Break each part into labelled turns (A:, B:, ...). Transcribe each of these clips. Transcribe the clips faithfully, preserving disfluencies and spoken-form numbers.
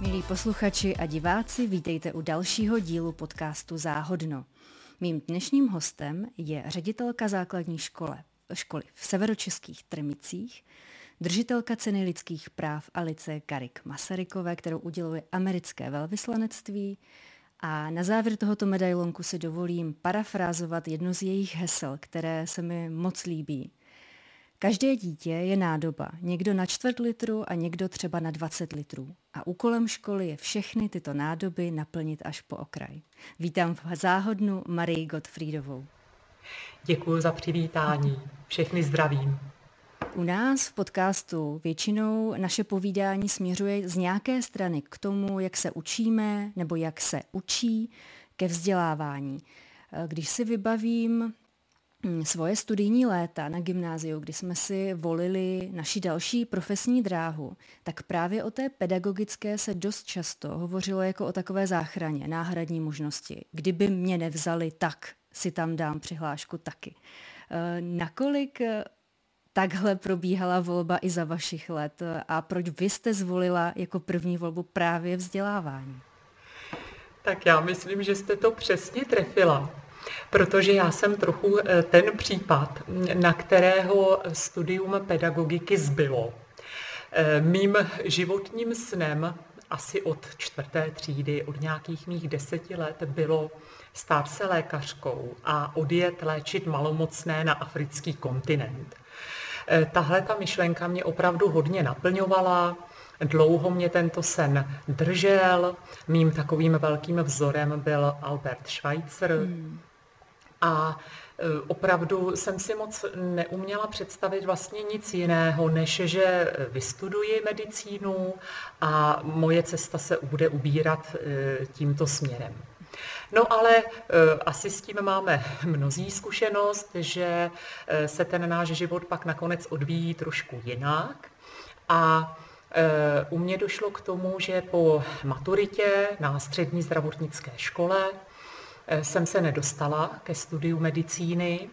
A: Milí posluchači a diváci, vítejte u dalšího dílu podcastu Záhodno. Mým dnešním hostem je ředitelka základní škole, školy v severočeských Trmicích, držitelka ceny lidských práv Alice Garrick Masarykové, kterou uděluje americké velvyslanectví. A na závěr tohoto medailonku si dovolím parafrázovat jedno z jejich hesel, které se mi moc líbí. Každé dítě je nádoba, někdo na čtvrt litru a někdo třeba na dvacet litrů. A úkolem školy je všechny tyto nádoby naplnit až po okraj. Vítám v Záhodnu Marii Gottfriedovou.
B: Děkuji za přivítání. Všechny zdravím.
A: U nás v podcastu většinou naše povídání směřuje z nějaké strany k tomu, jak se učíme nebo jak se učí ke vzdělávání. Když si vybavím svoje studijní léta na gymnáziu, kdy jsme si volili naši další profesní dráhu, tak právě o té pedagogické se dost často hovořilo jako o takové záchraně, náhradní možnosti. Kdyby mě nevzali, tak si tam dám přihlášku taky. Nakolik takhle probíhala volba i za vašich let a proč vy jste zvolila jako první volbu právě vzdělávání?
B: Tak já myslím, že jste to přesně trefila. Protože já jsem trochu ten případ, na kterého studium pedagogiky zbylo. Mým životním snem asi od čtvrté třídy, od nějakých mých deseti let, bylo stát se lékařkou a odjet léčit malomocné na africký kontinent. Tahle ta myšlenka mě opravdu hodně naplňovala. Dlouho mě tento sen držel. Mým takovým velkým vzorem byl Albert Schweitzer. Hmm. A opravdu jsem si moc neuměla představit vlastně nic jiného, než že vystuduji medicínu a moje cesta se bude ubírat tímto směrem. No ale asi s tím máme mnozí zkušenost, že se ten náš život pak nakonec odvíjí trošku jinak. A u mě došlo k tomu, že po maturitě na střední zdravotnické škole jsem se nedostala ke studiu medicíny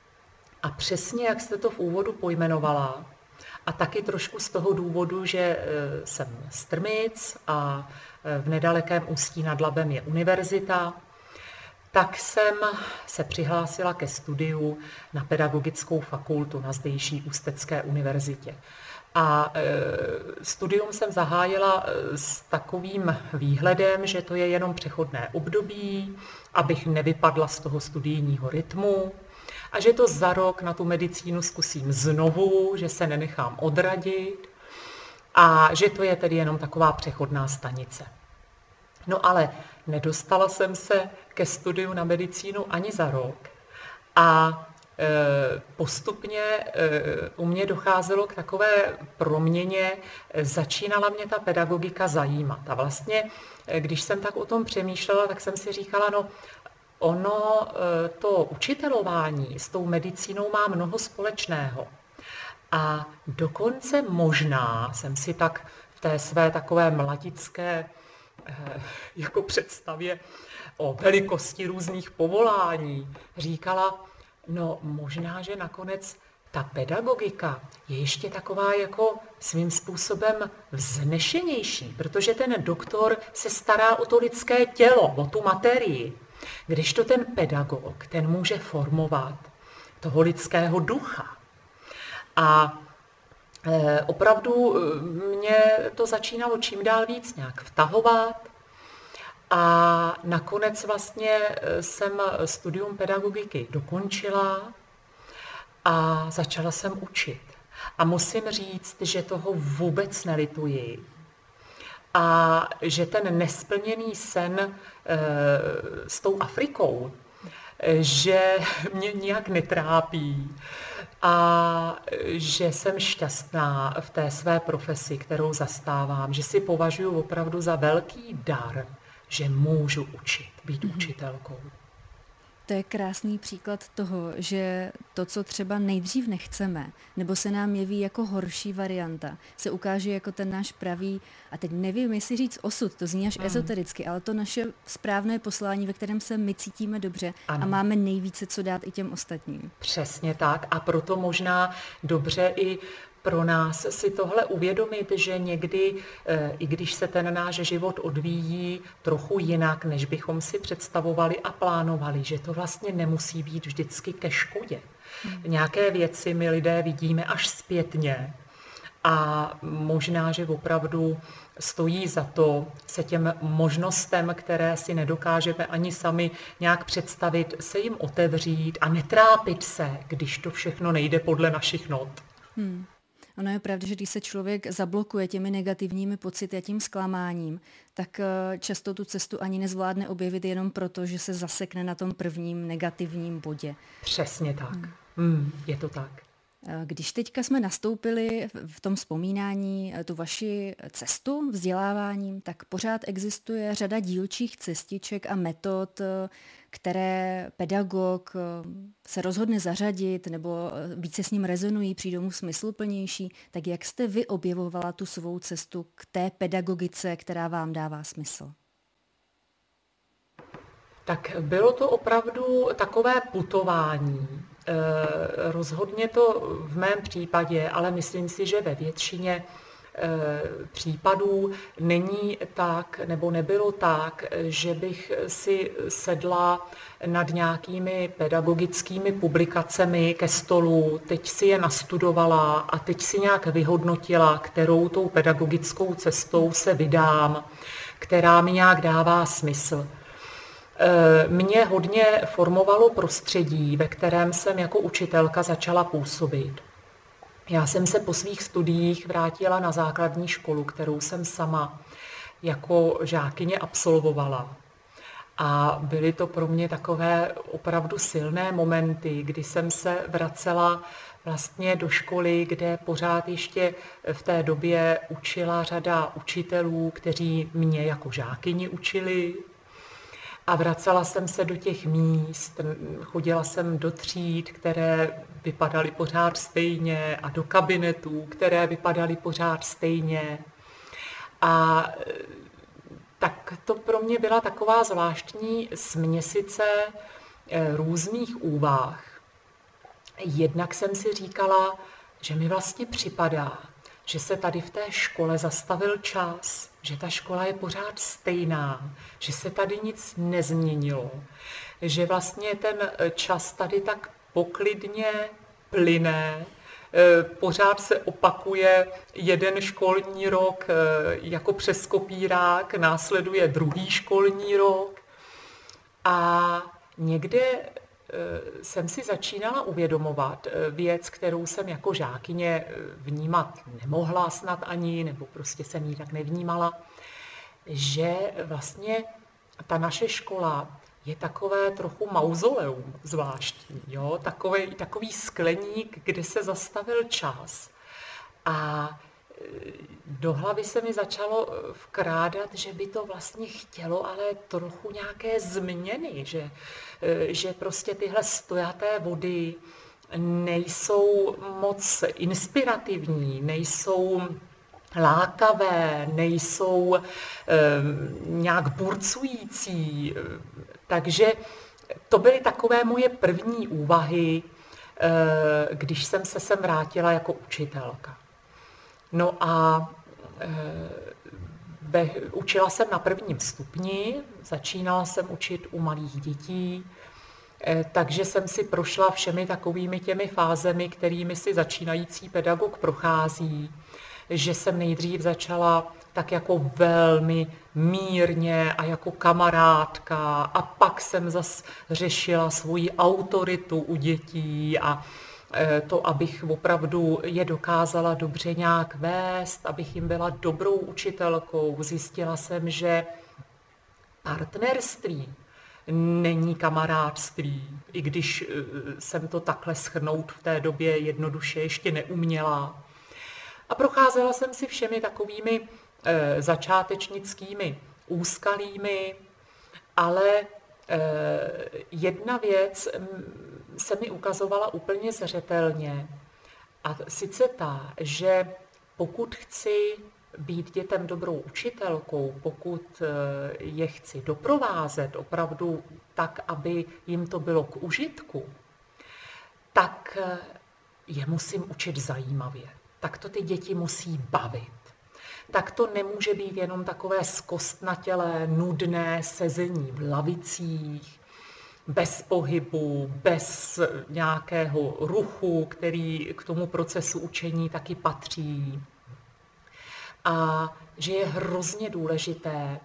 B: a přesně, jak jste to v úvodu pojmenovala, a taky trošku z toho důvodu, že jsem z Trmic a v nedalekém Ústí nad Labem je univerzita, tak jsem se přihlásila ke studiu na pedagogickou fakultu na zdejší Ústecké univerzitě. A e, studium jsem zahájila s takovým výhledem, že to je jenom přechodné období, abych nevypadla z toho studijního rytmu a že to za rok na tu medicínu zkusím znovu, že se nenechám odradit a že to je tedy jenom taková přechodná stanice. No ale nedostala jsem se ke studiu na medicínu ani za rok a postupně u mě docházelo k takové proměně, začínala mě ta pedagogika zajímat. A vlastně, když jsem tak o tom přemýšlela, tak jsem si říkala, no ono, to učitelování s tou medicínou má mnoho společného. A dokonce možná jsem si tak v té své takové mladické jako představě o velikosti různých povolání říkala, no možná, že nakonec ta pedagogika je ještě taková jako svým způsobem vznešenější, protože ten doktor se stará o to lidské tělo, o tu materii, kdežto ten pedagog, ten může formovat toho lidského ducha. A e, opravdu mě to začínalo čím dál víc nějak vtahovat. A nakonec vlastně jsem studium pedagogiky dokončila a začala jsem učit. A musím říct, že toho vůbec nelituji. A že ten nesplněný sen e, s tou Afrikou, že mě nijak netrápí a že jsem šťastná v té své profesi, kterou zastávám, že si považuji opravdu za velký dar, že můžu učit, být mm-hmm. učitelkou.
A: To je krásný příklad toho, že to, co třeba nejdřív nechceme, nebo se nám jeví jako horší varianta, se ukáže jako ten náš pravý, a teď nevím, jestli říct osud, to zní až mm. ezotericky, ale to naše správné poslání, ve kterém se my cítíme dobře ano. a máme nejvíce co dát i těm ostatním.
B: Přesně tak, a proto možná dobře i pro nás si tohle uvědomit, že někdy, i když se ten náš život odvíjí trochu jinak, než bychom si představovali a plánovali, že to vlastně nemusí být vždycky ke škodě. Hmm. Nějaké věci my lidé vidíme až zpětně a možná, že opravdu stojí za to se těm možnostem, které si nedokážeme ani sami nějak představit, se jim otevřít a netrápit se, když to všechno nejde podle našich not.
A: Hmm. Ono je pravda, že když se člověk zablokuje těmi negativními pocity a tím zklamáním, tak často tu cestu ani nezvládne objevit jenom proto, že se zasekne na tom prvním negativním bodě.
B: Přesně tak. Hmm. Hmm, je to tak.
A: Když teďka jsme nastoupili v tom vzpomínání tu vaši cestu vzděláváním, tak pořád existuje řada dílčích cestiček a metod, které pedagog se rozhodne zařadit nebo více s ním rezonují, přijdou mu smysluplnější. Tak jak jste vy objevovala tu svou cestu k té pedagogice, která vám dává smysl?
B: Tak bylo to opravdu takové putování. Rozhodně to v mém případě, ale myslím si, že ve většině případů není tak, nebo nebylo tak, že bych si sedla nad nějakými pedagogickými publikacemi ke stolu, teď si je nastudovala a teď si nějak vyhodnotila, kterou tou pedagogickou cestou se vydám, která mi nějak dává smysl. Mě hodně formovalo prostředí, ve kterém jsem jako učitelka začala působit. Já jsem se po svých studiích vrátila na základní školu, kterou jsem sama jako žákyně absolvovala. A byly to pro mě takové opravdu silné momenty, kdy jsem se vracela vlastně do školy, kde pořád ještě v té době učila řada učitelů, kteří mě jako žákyni učili. A vracela jsem se do těch míst, chodila jsem do tříd, které vypadaly pořád stejně a do kabinetů, které vypadaly pořád stejně. A tak to pro mě byla taková zvláštní směsice různých úvah. Jednak jsem si říkala, že mi vlastně připadá, že se tady v té škole zastavil čas, že ta škola je pořád stejná, že se tady nic nezměnilo, že vlastně ten čas tady tak poklidně plyne, pořád se opakuje jeden školní rok jako přes kopírák, následuje druhý školní rok a někde jsem si začínala uvědomovat věc, kterou jsem jako žákyně vnímat nemohla snad ani, nebo prostě jsem ji tak nevnímala, že vlastně ta naše škola je takové trochu mauzoleum zvláštní, jo? Takový, takový skleník, kde se zastavil čas. A do hlavy se mi začalo vkrádat, že by to vlastně chtělo, ale trochu nějaké změny, že, že prostě tyhle stojaté vody nejsou moc inspirativní, nejsou lákavé, nejsou eh, nějak burcující. Takže to byly takové moje první úvahy, eh, když jsem se sem vrátila jako učitelka. No a e, be, učila jsem na prvním stupni, začínala jsem učit u malých dětí, e, takže jsem si prošla všemi takovými těmi fázemi, kterými si začínající pedagog prochází, že jsem nejdřív začala tak jako velmi mírně a jako kamarádka a pak jsem zas řešila svoji autoritu u dětí a to, abych opravdu je dokázala dobře nějak vést, abych jim byla dobrou učitelkou. Zjistila jsem, že partnerství není kamarádství, i když jsem to takhle shrnout v té době jednoduše ještě neuměla. A procházela jsem si všemi takovými e, začátečnickými úskalími, ale e, jedna věc se mi ukazovala úplně zřetelně. A sice ta, že pokud chci být dětem dobrou učitelkou, pokud je chci doprovázet opravdu tak, aby jim to bylo k užitku, tak je musím učit zajímavě. tak to ty děti musí bavit. Tak to nemůže být jenom takové zkostnatělé, nudné sezení v lavicích, bez pohybu, bez nějakého ruchu, který k tomu procesu učení taky patří. A že je hrozně důležité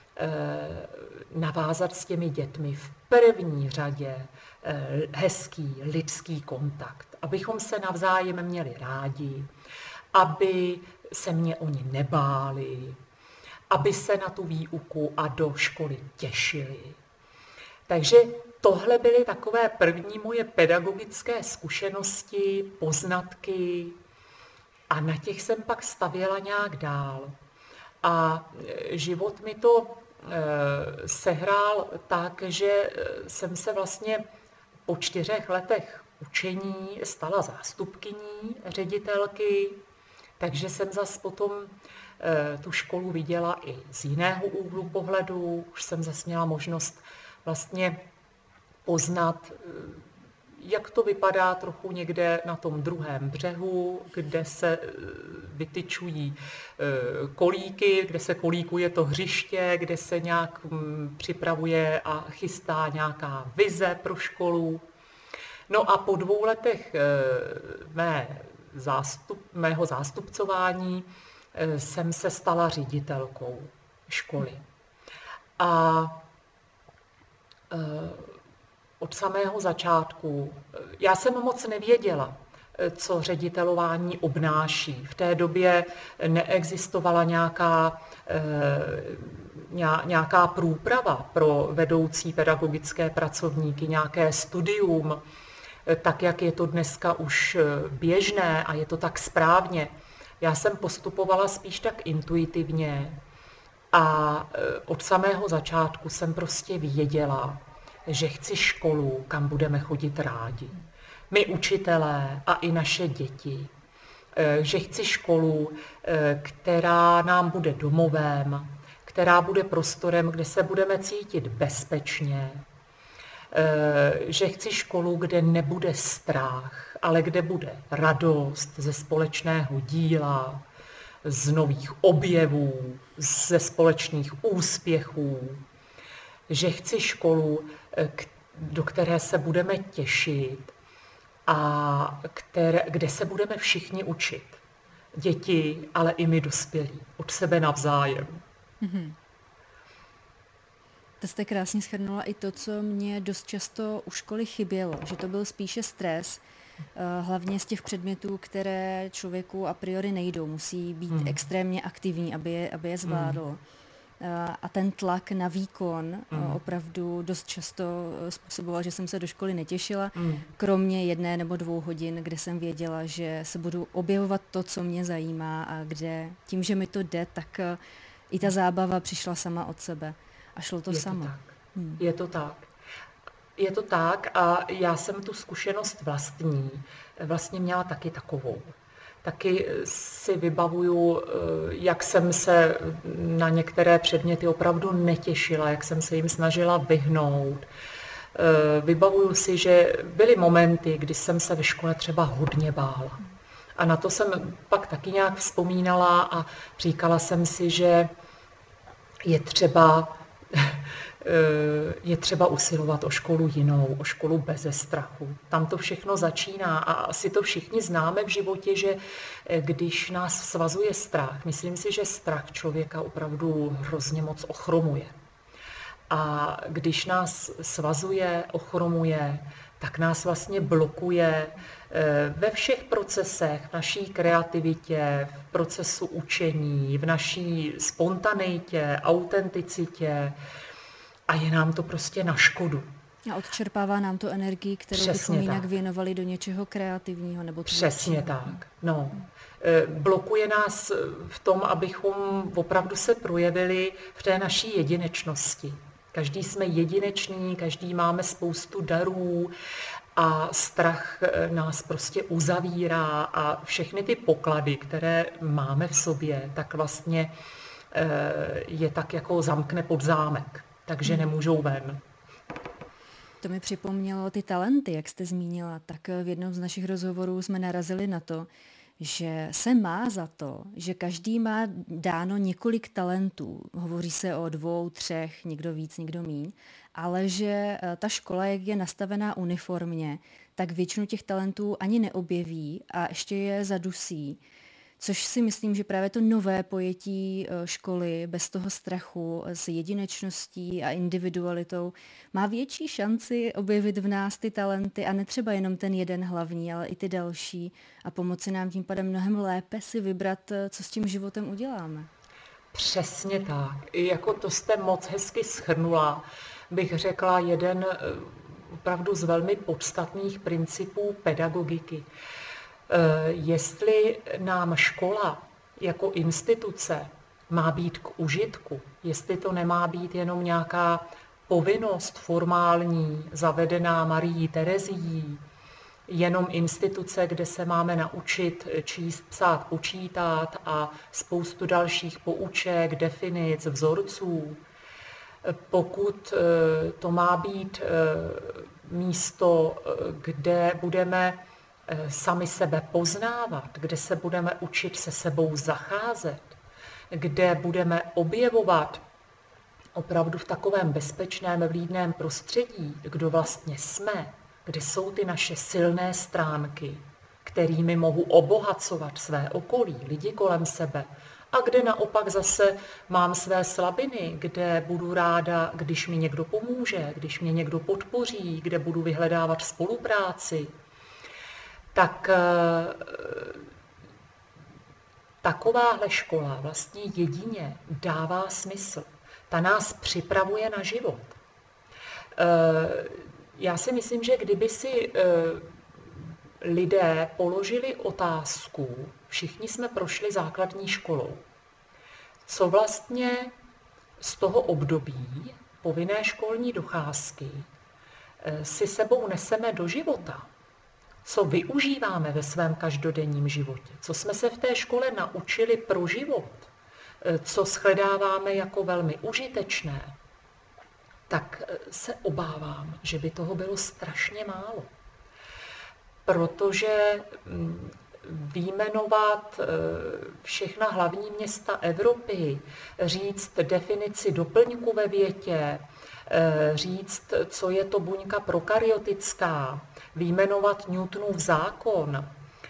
B: navázat s těmi dětmi v první řadě hezký lidský kontakt, abychom se navzájem měli rádi, aby se mě oni nebáli, aby se na tu výuku a do školy těšili. Takže tohle byly takové první moje pedagogické zkušenosti, poznatky a na těch jsem pak stavěla nějak dál. A život mi to e, sehrál tak, že jsem se vlastně po čtyřech letech učení stala zástupkyní ředitelky, takže jsem zas potom e, tu školu viděla i z jiného úhlu pohledu. Už jsem zas měla možnost vlastně poznat, jak to vypadá trochu někde na tom druhém břehu, kde se vytyčují kolíky, kde se kolíkuje to hřiště, kde se nějak připravuje a chystá nějaká vize pro školu. No a po dvou letech mé zástup, mého zástupcování jsem se stala ředitelkou školy. A od samého začátku. Já jsem moc nevěděla, co ředitelování obnáší. V té době neexistovala nějaká, nějaká průprava pro vedoucí pedagogické pracovníky, nějaké studium, tak jak je to dneska už běžné a je to tak správně. Já jsem postupovala spíš tak intuitivně a od samého začátku jsem prostě věděla, že chci školu, kam budeme chodit rádi. My učitelé a i naše děti. Že chci školu, která nám bude domovem, která bude prostorem, kde se budeme cítit bezpečně. Že chci školu, kde nebude strach, ale kde bude radost ze společného díla, z nových objevů, ze společných úspěchů. Že chci školu, do které se budeme těšit a které, kde se budeme všichni učit. Děti, ale i my dospělí, od sebe navzájem. Mm-hmm.
A: To jste krásně shrnula i to, co mě dost často u školy chybělo, že to byl spíše stres, hlavně z těch předmětů, které člověku a priori nejdou. Musí být mm. extrémně aktivní, aby je, aby je zvládl. Mm. A ten tlak na výkon mm. opravdu dost často způsoboval, že jsem se do školy netěšila, mm. kromě jedné nebo dvou hodin, kde jsem věděla, že se budu objevovat to, co mě zajímá a kde tím, že mi to jde, tak i ta zábava přišla sama od sebe a šlo to
B: je
A: samo.
B: To tak. Hmm. Je to tak. Je to tak a já jsem tu zkušenost vlastní vlastně měla taky takovou. Taky si vybavuju, jak jsem se na některé předměty opravdu netěšila, jak jsem se jim snažila vyhnout. Vybavuju si, že byly momenty, kdy jsem se ve škole třeba hodně bála. A na to jsem pak taky nějak vzpomínala a říkala jsem si, že je třeba, je třeba usilovat o školu jinou, o školu beze strachu. Tam to všechno začíná a asi to všichni známe v životě, že když nás svazuje strach, myslím si, že strach člověka opravdu hrozně moc ochromuje. A když nás svazuje, ochromuje, tak nás vlastně blokuje ve všech procesech, v naší kreativitě, v procesu učení, v naší spontaneitě, autenticitě a je nám to prostě na škodu.
A: A odčerpává nám to energii, kterou
B: Přesně
A: bychom jinak
B: tak.
A: věnovali do něčeho kreativního nebo
B: Přesně tak. No. Blokuje nás v tom, abychom opravdu se projevili v té naší jedinečnosti. Každý jsme jedinečný, každý máme spoustu darů a strach nás prostě uzavírá a všechny ty poklady, které máme v sobě, tak vlastně je tak jako zamkne pod zámek, takže nemůžou ven.
A: To mi připomnělo ty talenty, jak jste zmínila, tak v jednom z našich rozhovorů jsme narazili na to, že se má za to, že každý má dáno několik talentů. Hovoří se o dvou, třech, někdo víc, někdo míň, ale že ta škola, jak je nastavená uniformně, tak většinu těch talentů ani neobjeví a ještě je zadusí. Což si myslím, že právě to nové pojetí školy bez toho strachu s jedinečností a individualitou má větší šanci objevit v nás ty talenty a netřeba jenom ten jeden hlavní, ale i ty další a pomoci nám tím pádem mnohem lépe si vybrat, co s tím životem uděláme.
B: Přesně tak. I jako to jste moc hezky shrnula, bych řekla jeden opravdu z velmi podstatných principů pedagogiky. Jestli nám škola jako instituce má být k užitku, jestli to nemá být jenom nějaká povinnost formální, zavedená Marií Terezií, jenom instituce, kde se máme naučit číst, psát, počítat a spoustu dalších pouček, definic, vzorců, pokud to má být místo, kde budeme sami sebe poznávat, kde se budeme učit se sebou zacházet, kde budeme objevovat opravdu v takovém bezpečném, vlídném prostředí, kdo vlastně jsme, kde jsou ty naše silné stránky, kterými mohu obohacovat své okolí, lidi kolem sebe, a kde naopak zase mám své slabiny, kde budu ráda, když mi někdo pomůže, když mě někdo podpoří, kde budu vyhledávat spolupráci, tak takováhle škola vlastně jedině dává smysl. Ta nás připravuje na život. Já si myslím, že kdyby si lidé položili otázku, všichni jsme prošli základní školou, co vlastně z toho období povinné školní docházky si sebou neseme do života, co využíváme ve svém každodenním životě, co jsme se v té škole naučili pro život, co shledáváme jako velmi užitečné, tak se obávám, že by toho bylo strašně málo. Protože vyjmenovat všechna hlavní města Evropy, říct definici doplňku ve větě, říct, co je to buňka prokaryotická, vyjmenovat Newtonův zákon.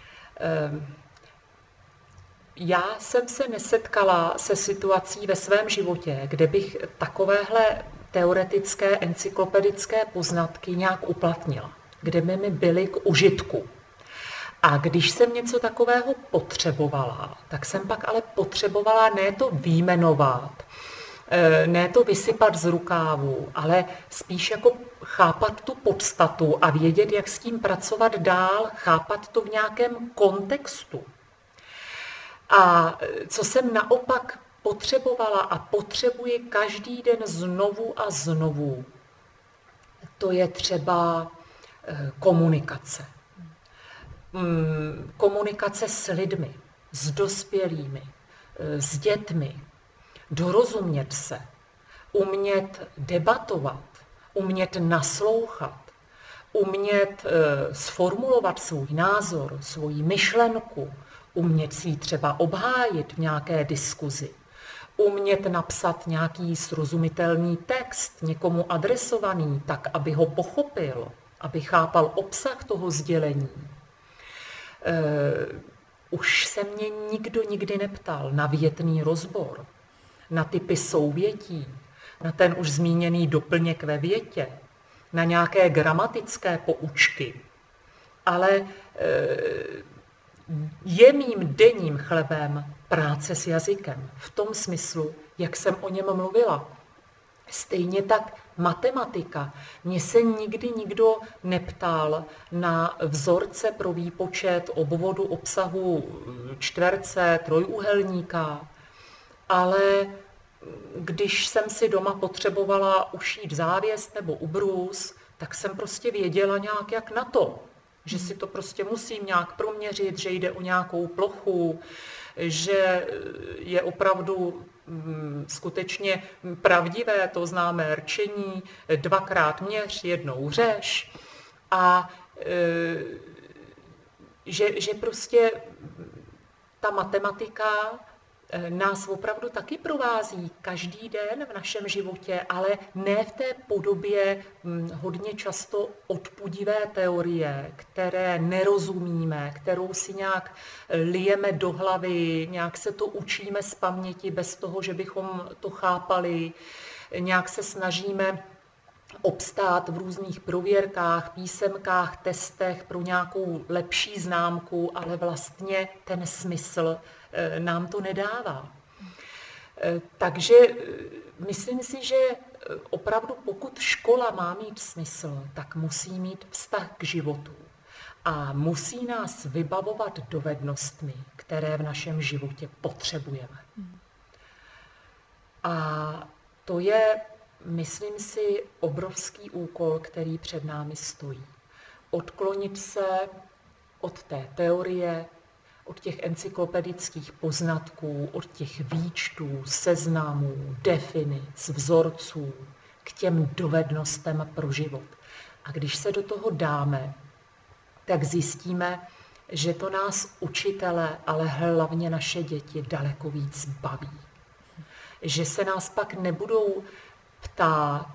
B: Já jsem se nesetkala se situací ve svém životě, kde bych takovéhle teoretické encyklopedické poznatky nějak uplatnila, kde by mi byly k užitku. A když jsem něco takového potřebovala, tak jsem pak ale potřebovala ne to vyjmenovat, ne to vysypat z rukávu, ale spíš jako chápat tu podstatu a vědět, jak s tím pracovat dál, chápat to v nějakém kontextu. A co jsem naopak potřebovala a potřebuji každý den znovu a znovu, to je třeba komunikace. Komunikace s lidmi, s dospělými, s dětmi, dorozumět se, umět debatovat, umět naslouchat, umět sformulovat svůj názor, svoji myšlenku, umět si ji třeba obhájit v nějaké diskuzi, umět napsat nějaký srozumitelný text někomu adresovaný tak, aby ho pochopil, aby chápal obsah toho sdělení. Uh, už se mě nikdo nikdy neptal na větný rozbor, na typy souvětí, na ten už zmíněný doplněk ve větě, na nějaké gramatické poučky, ale uh, je mým denním chlebem práce s jazykem, v tom smyslu, jak jsem o něm mluvila. Stejně tak matematika. Mně se nikdy nikdo neptal na vzorce pro výpočet obvodu obsahu čtverce, trojúhelníka, ale když jsem si doma potřebovala ušít závěs nebo ubrus, tak jsem prostě věděla nějak jak na to, že si to prostě musím nějak proměřit, že jde o nějakou plochu, že je opravdu skutečně pravdivé, to známé rčení, dvakrát měř, jednou řež, a že, že prostě ta matematika nás opravdu taky provází každý den v našem životě, ale ne v té podobě hodně často odpudivé teorie, které nerozumíme, kterou si nějak lijeme do hlavy, nějak se to učíme z paměti bez toho, že bychom to chápali, nějak se snažíme obstát v různých prověrkách, písemkách, testech pro nějakou lepší známku, ale vlastně ten smysl nám to nedává. Takže myslím si, že opravdu pokud škola má mít smysl, tak musí mít vztah k životu a musí nás vybavovat dovednostmi, které v našem životě potřebujeme. A to je, myslím si, obrovský úkol, který před námi stojí. Odklonit se od té teorie, od těch encyklopedických poznatků, od těch výčtů, seznamů, definic, vzorců, k těm dovednostem pro život. A když se do toho dáme, tak zjistíme, že to nás učitele, ale hlavně naše děti daleko víc baví. Že se nás pak nebudou ptát,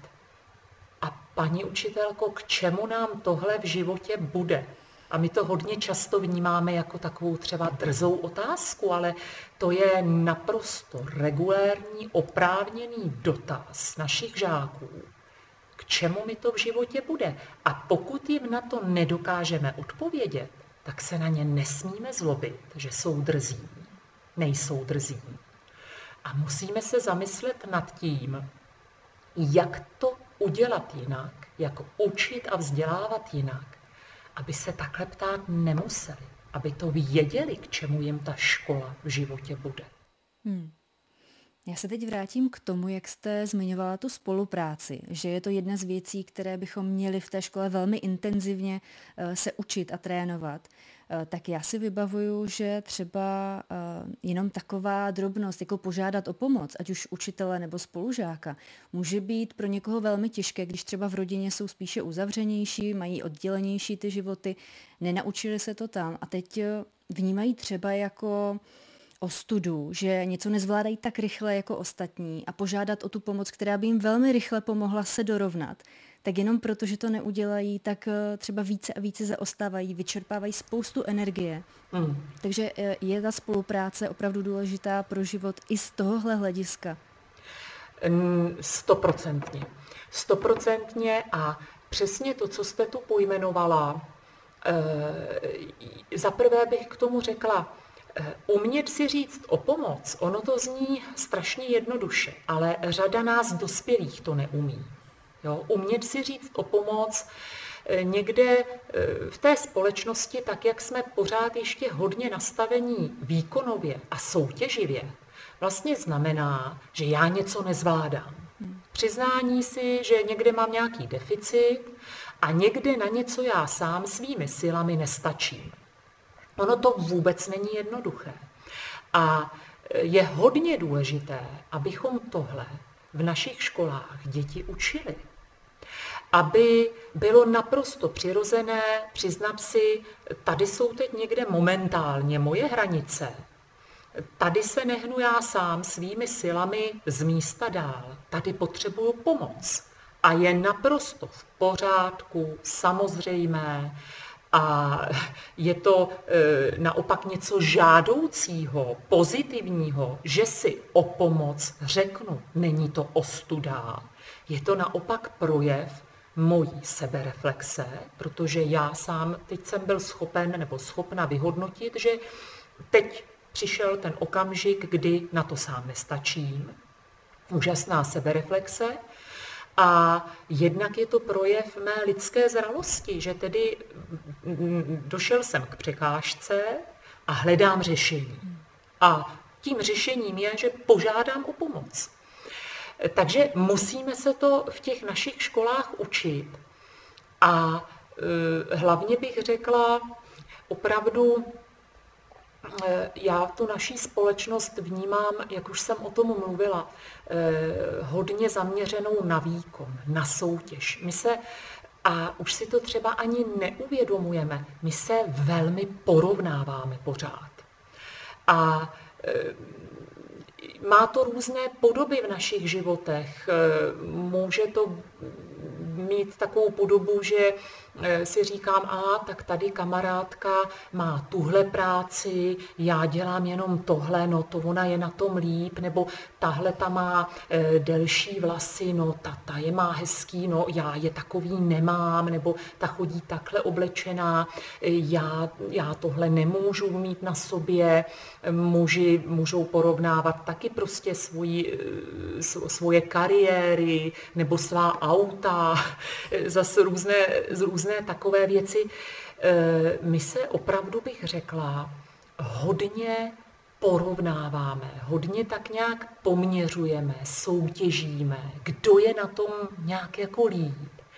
B: a paní učitelko, k čemu nám tohle v životě bude? A my to hodně často vnímáme jako takovou třeba drzou otázku, ale to je naprosto regulérní, oprávněný dotaz našich žáků. K čemu mi to v životě bude? A pokud jim na to nedokážeme odpovědět, tak se na ně nesmíme zlobit, že jsou drzí. Nejsou drzí. A musíme se zamyslet nad tím, jak to udělat jinak, jak učit a vzdělávat jinak, aby se takhle ptát nemuseli, aby to věděli, k čemu jim ta škola v životě bude.
A: Hmm. Já se teď vrátím k tomu, jak jste zmiňovala tu spolupráci, že je to jedna z věcí, které bychom měli v té škole velmi intenzivně se učit a trénovat. Tak já si vybavuju, že třeba jenom taková drobnost, jako požádat o pomoc, ať už učitele nebo spolužáka, může být pro někoho velmi těžké, když třeba v rodině jsou spíše uzavřenější, mají oddělenější ty životy, nenaučili se to tam a teď vnímají třeba jako ostudu, že něco nezvládají tak rychle jako ostatní a požádat o tu pomoc, která by jim velmi rychle pomohla se dorovnat, tak jenom proto, že to neudělají, tak třeba více a více zaostávají, vyčerpávají spoustu energie. Mm. Takže je ta spolupráce opravdu důležitá pro život i z tohohle hlediska?
B: Stoprocentně. Stoprocentně a přesně to, co jste tu pojmenovala, za prvé bych k tomu řekla, umět si říct o pomoc, ono to zní strašně jednoduše, ale řada nás dospělých to neumí. Jo? Umět si říct o pomoc někde v té společnosti, tak jak jsme pořád ještě hodně nastavení výkonově a soutěživě, vlastně znamená, že já něco nezvládám. Přiznání si, že někde mám nějaký deficit a někde na něco já sám svými silami nestačím. Ono to vůbec není jednoduché. A je hodně důležité, abychom tohle v našich školách děti učili. Aby bylo naprosto přirozené přiznat si, tady jsou teď někde momentálně moje hranice. Tady se nehnu já sám svými silami z místa dál. Tady potřebuju pomoc. A je naprosto v pořádku, samozřejmé, a je to e, naopak něco žádoucího, pozitivního, že si o pomoc řeknu. Není to ostuda. Je to naopak projev mojí sebereflexe, protože já sám teď jsem byl schopen nebo schopna vyhodnotit, že teď přišel ten okamžik, kdy na to sám nestačím. Úžasná sebereflexe. A jednak je to projev mé lidské zralosti, že tedy došel jsem k překážce a hledám řešení. A tím řešením je, že požádám o pomoc. Takže musíme se to v těch našich školách učit. A e, hlavně bych řekla, opravdu já tu naší společnost vnímám, jak už jsem o tom mluvila, hodně zaměřenou na výkon, na soutěž. My se, a už si to třeba ani neuvědomujeme, my se velmi porovnáváme pořád. A má to různé podoby v našich životech. Může to mít takovou podobu, že si říkám, a tak tady kamarádka má tuhle práci, já dělám jenom tohle, no to ona je na tom líp, nebo tahle ta má e, delší vlasy, no ta, ta je má hezký, no já je takový nemám, nebo ta chodí takhle oblečená, já, já tohle nemůžu mít na sobě. Muži můžou porovnávat taky prostě svoji, svoje kariéry nebo svá auta, zase různé, různé takové věci. My se opravdu, bych řekla, hodně porovnáváme, hodně tak nějak poměřujeme, soutěžíme, kdo je na tom nějak jako líp.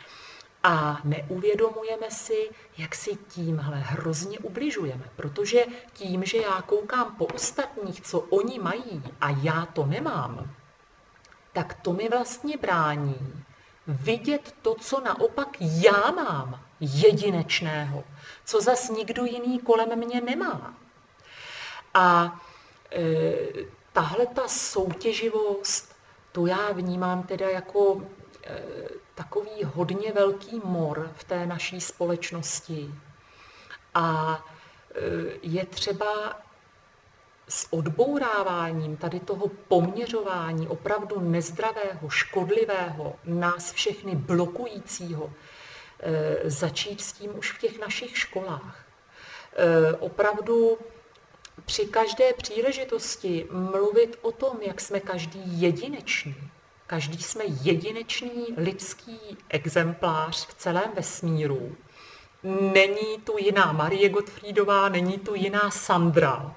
B: A neuvědomujeme si, jak si tímhle hrozně ubližujeme, protože tím, že já koukám po ostatních, co oni mají a já to nemám, tak to mi vlastně brání vidět to, co naopak já mám jedinečného, co zas nikdo jiný kolem mě nemá. A e, tahle ta soutěživost, to já vnímám teda jako e, takový hodně velký mor v té naší společnosti. A e, je třeba s odbouráváním tady toho poměřování opravdu nezdravého, škodlivého, nás všechny blokujícího, e, začít s tím už v těch našich školách. E, opravdu při každé příležitosti mluvit o tom, jak jsme každý jedinečný. Každý jsme jedinečný lidský exemplář v celém vesmíru. Není tu jiná Marie Gottfriedová, není tu jiná Sandra.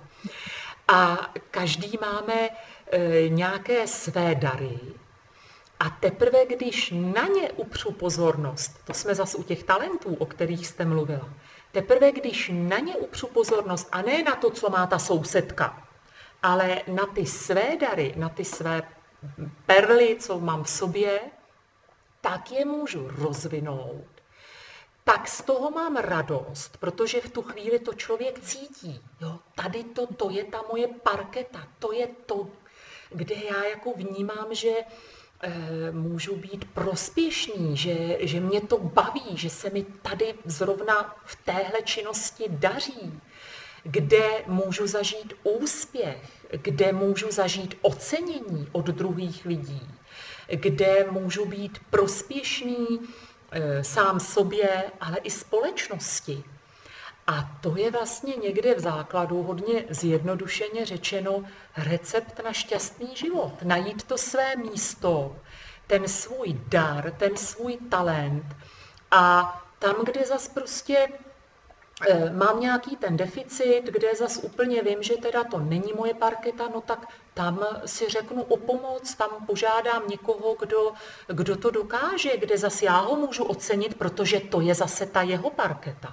B: A každý máme e, nějaké své dary. A teprve, když na ně upřu pozornost, to jsme zase u těch talentů, o kterých jste mluvila, teprve, když na ně upřu pozornost, a ne na to, co má ta sousedka, ale na ty své dary, na ty své perly, co mám v sobě, tak je můžu rozvinout. Tak z toho mám radost, protože v tu chvíli to člověk cítí. Jo, tady to, to je ta moje parketa, to je to, kde já jako vnímám, že e, můžu být prospěšný, že, že mě to baví, že se mi tady zrovna v téhle činnosti daří, kde můžu zažít úspěch, kde můžu zažít ocenění od druhých lidí, kde můžu být prospěšný e, sám sobě, ale i společnosti. A to je vlastně někde v základu, hodně zjednodušeně řečeno, recept na šťastný život. Najít to své místo, ten svůj dar, ten svůj talent. A tam, kde zas prostě e, mám nějaký ten deficit, kde zas úplně vím, že teda to není moje parketa, no tak tam si řeknu o pomoc, tam požádám někoho, kdo, kdo to dokáže, kde zas já ho můžu ocenit, protože to je zase ta jeho parketa.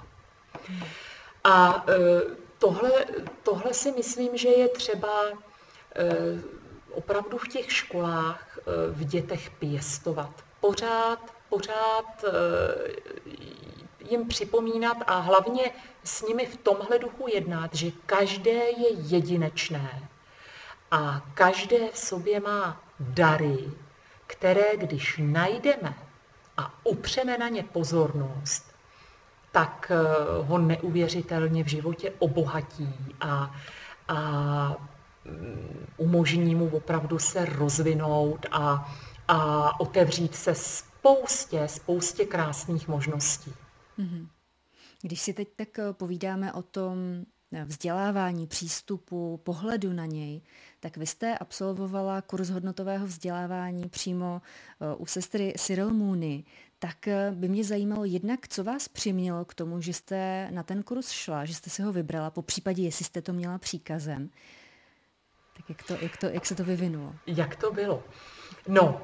B: A e, tohle, tohle si myslím, že je třeba e, opravdu v těch školách e, v dětech pěstovat. Pořád, pořád e, jim připomínat a hlavně s nimi v tomhle duchu jednat, že každé je jedinečné a každé v sobě má dary, které když najdeme a upřeme na ně pozornost, tak ho neuvěřitelně v životě obohatí a, a umožní mu opravdu se rozvinout a, a otevřít se spoustě, spoustě krásných možností.
A: Když si teď tak povídáme o tom vzdělávání, přístupu, pohledu na něj, tak vy jste absolvovala kurz hodnotového vzdělávání přímo u sestry Cyril Mooney. Tak by mě zajímalo jednak, co vás přimělo k tomu, že jste na ten kurz šla, že jste si ho vybrala, po případě, jestli jste to měla příkazem. Tak jak, to, jak, to, jak se to vyvinulo?
B: Jak to bylo? No,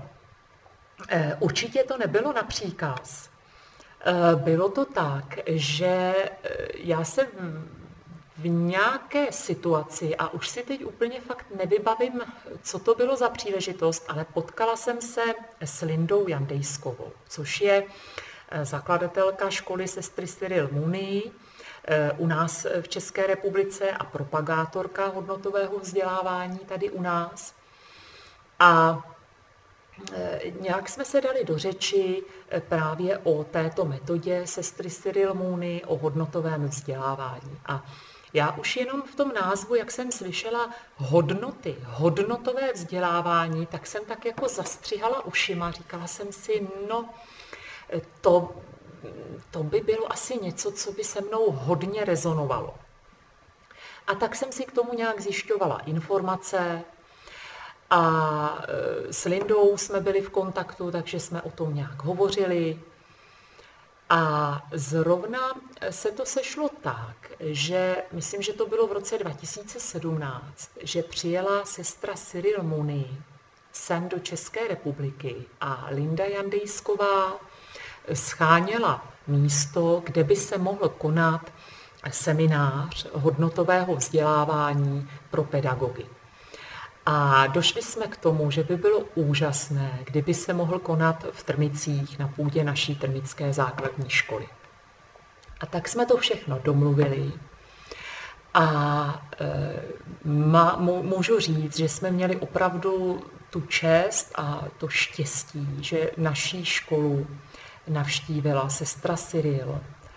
B: určitě to nebylo na příkaz. Bylo to tak, že já jsem v nějaké situaci, a už si teď úplně fakt nevybavím, co to bylo za příležitost, ale potkala jsem se s Lindou Jandejskovou, což je zakladatelka školy sestry Cyril Mooney, u nás v České republice a propagátorka hodnotového vzdělávání tady u nás. A nějak jsme se dali do řeči právě o této metodě sestry Cyril Mooney, o hodnotovém vzdělávání. A já už jenom v tom názvu, jak jsem slyšela hodnoty, hodnotové vzdělávání, tak jsem tak jako zastřihala ušima. Říkala jsem si, no to, to by bylo asi něco, co by se mnou hodně rezonovalo. A tak jsem si k tomu nějak zjišťovala informace a s Lindou jsme byli v kontaktu, takže jsme o tom nějak hovořili. A zrovna se to sešlo tak, že myslím, že to bylo v roce dva tisíce sedmnáct, že přijela sestra Cyril Mooney sem do České republiky a Linda Jandejsková scháněla místo, kde by se mohl konat seminář hodnotového vzdělávání pro pedagogy. A došli jsme k tomu, že by bylo úžasné, kdyby se mohl konat v Trmicích na půdě naší trmické základní školy. A tak jsme to všechno domluvili a e, má, můžu říct, že jsme měli opravdu tu čest a to štěstí, že naší školu navštívila sestra Cyril, e,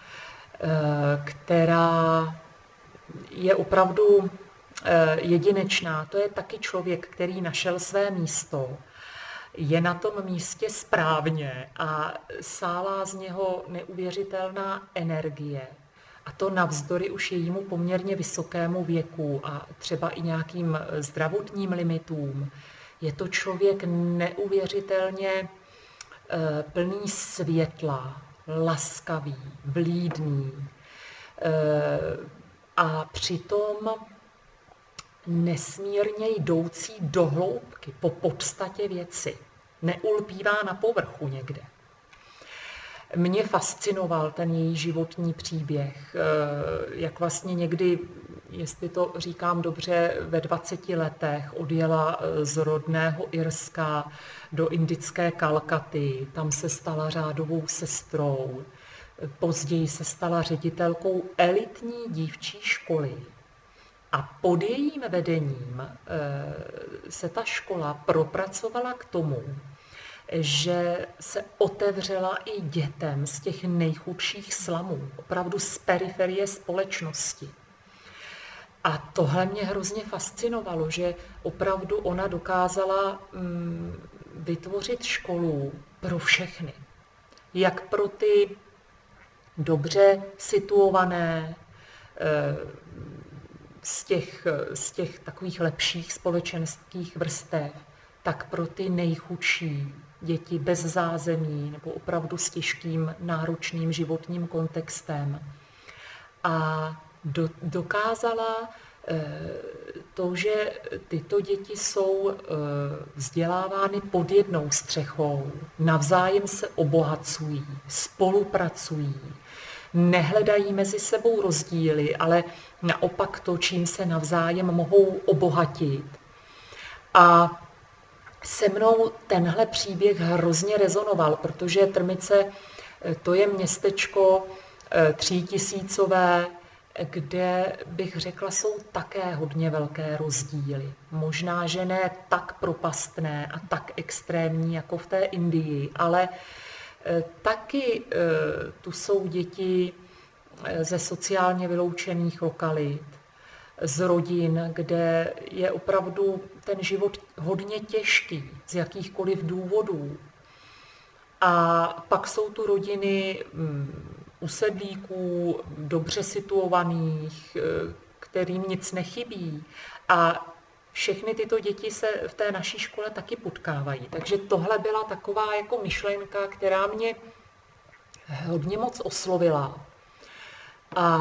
B: která je opravdu jedinečná. To je taky člověk, který našel své místo, je na tom místě správně a sálá z něho neuvěřitelná energie. A to navzdory už jejímu poměrně vysokému věku a třeba i nějakým zdravotním limitům. Je to člověk neuvěřitelně plný světla, laskavý, vlídný a přitom nesmírně jdoucí do hloubky, po podstatě věci. Neulpívá na povrchu někde. Mě fascinoval ten její životní příběh, jak vlastně někdy, jestli to říkám dobře, ve dvaceti letech odjela z rodného Irska do indické Kalkaty, tam se stala řádovou sestrou, později se stala ředitelkou elitní dívčí školy. A pod jejím vedením se ta škola propracovala k tomu, že se otevřela i dětem z těch nejchudších slamů, opravdu z periferie společnosti. A tohle mě hrozně fascinovalo, že opravdu ona dokázala vytvořit školu pro všechny. Jak pro ty dobře situované, z těch, z těch takových lepších společenských vrstev, tak pro ty nejchudší děti bez zázemí nebo opravdu s těžkým náročným životním kontextem. A do, dokázala to, že tyto děti jsou vzdělávány pod jednou střechou, navzájem se obohacují, spolupracují, nehledají mezi sebou rozdíly, ale naopak to, čím se navzájem mohou obohatit. A se mnou tenhle příběh hrozně rezonoval, protože Trmice to je městečko třítisícové, kde bych řekla, jsou také hodně velké rozdíly. Možná, že ne tak propastné a tak extrémní jako v té Indii, ale taky tu jsou děti ze sociálně vyloučených lokalit, z rodin, kde je opravdu ten život hodně těžký z jakýchkoliv důvodů. A pak jsou tu rodiny usedlíků, dobře situovaných, kterým nic nechybí. A všechny tyto děti se v té naší škole taky potkávají. Takže tohle byla taková jako myšlenka, která mě hodně moc oslovila. A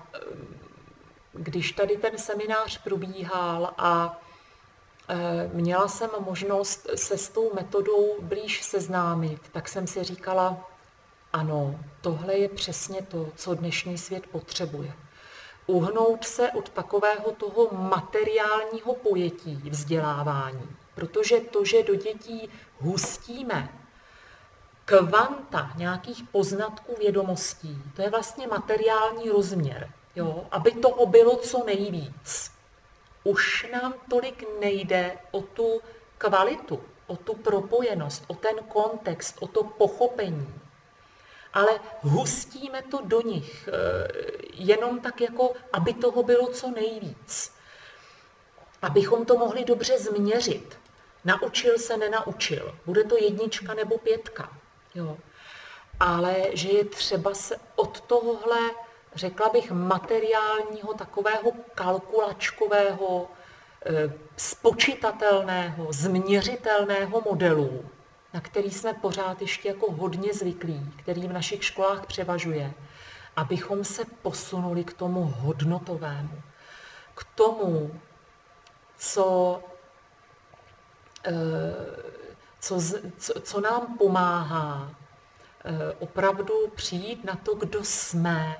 B: když tady ten seminář probíhal a měla jsem možnost se s tou metodou blíž seznámit, tak jsem si říkala, ano, tohle je přesně to, co dnešní svět potřebuje. Uhnout se od takového toho materiálního pojetí vzdělávání, protože to, že do dětí hustíme kvanta nějakých poznatků, vědomostí, to je vlastně materiální rozměr, jo? Aby toho bylo co nejvíc. Už nám tolik nejde o tu kvalitu, o tu propojenost, o ten kontext, o to pochopení. Ale hustíme to do nich, jenom tak jako, aby toho bylo co nejvíc. Abychom to mohli dobře změřit. Naučil se, nenaučil. Bude to jednička nebo pětka. Jo. Ale že je třeba se od tohohle, řekla bych, materiálního, takového kalkulačkového, spočitatelného, změřitelného modelu, na který jsme pořád ještě jako hodně zvyklí, který v našich školách převažuje, abychom se posunuli k tomu hodnotovému, k tomu, co, co, co, co nám pomáhá opravdu přijít na to, kdo jsme,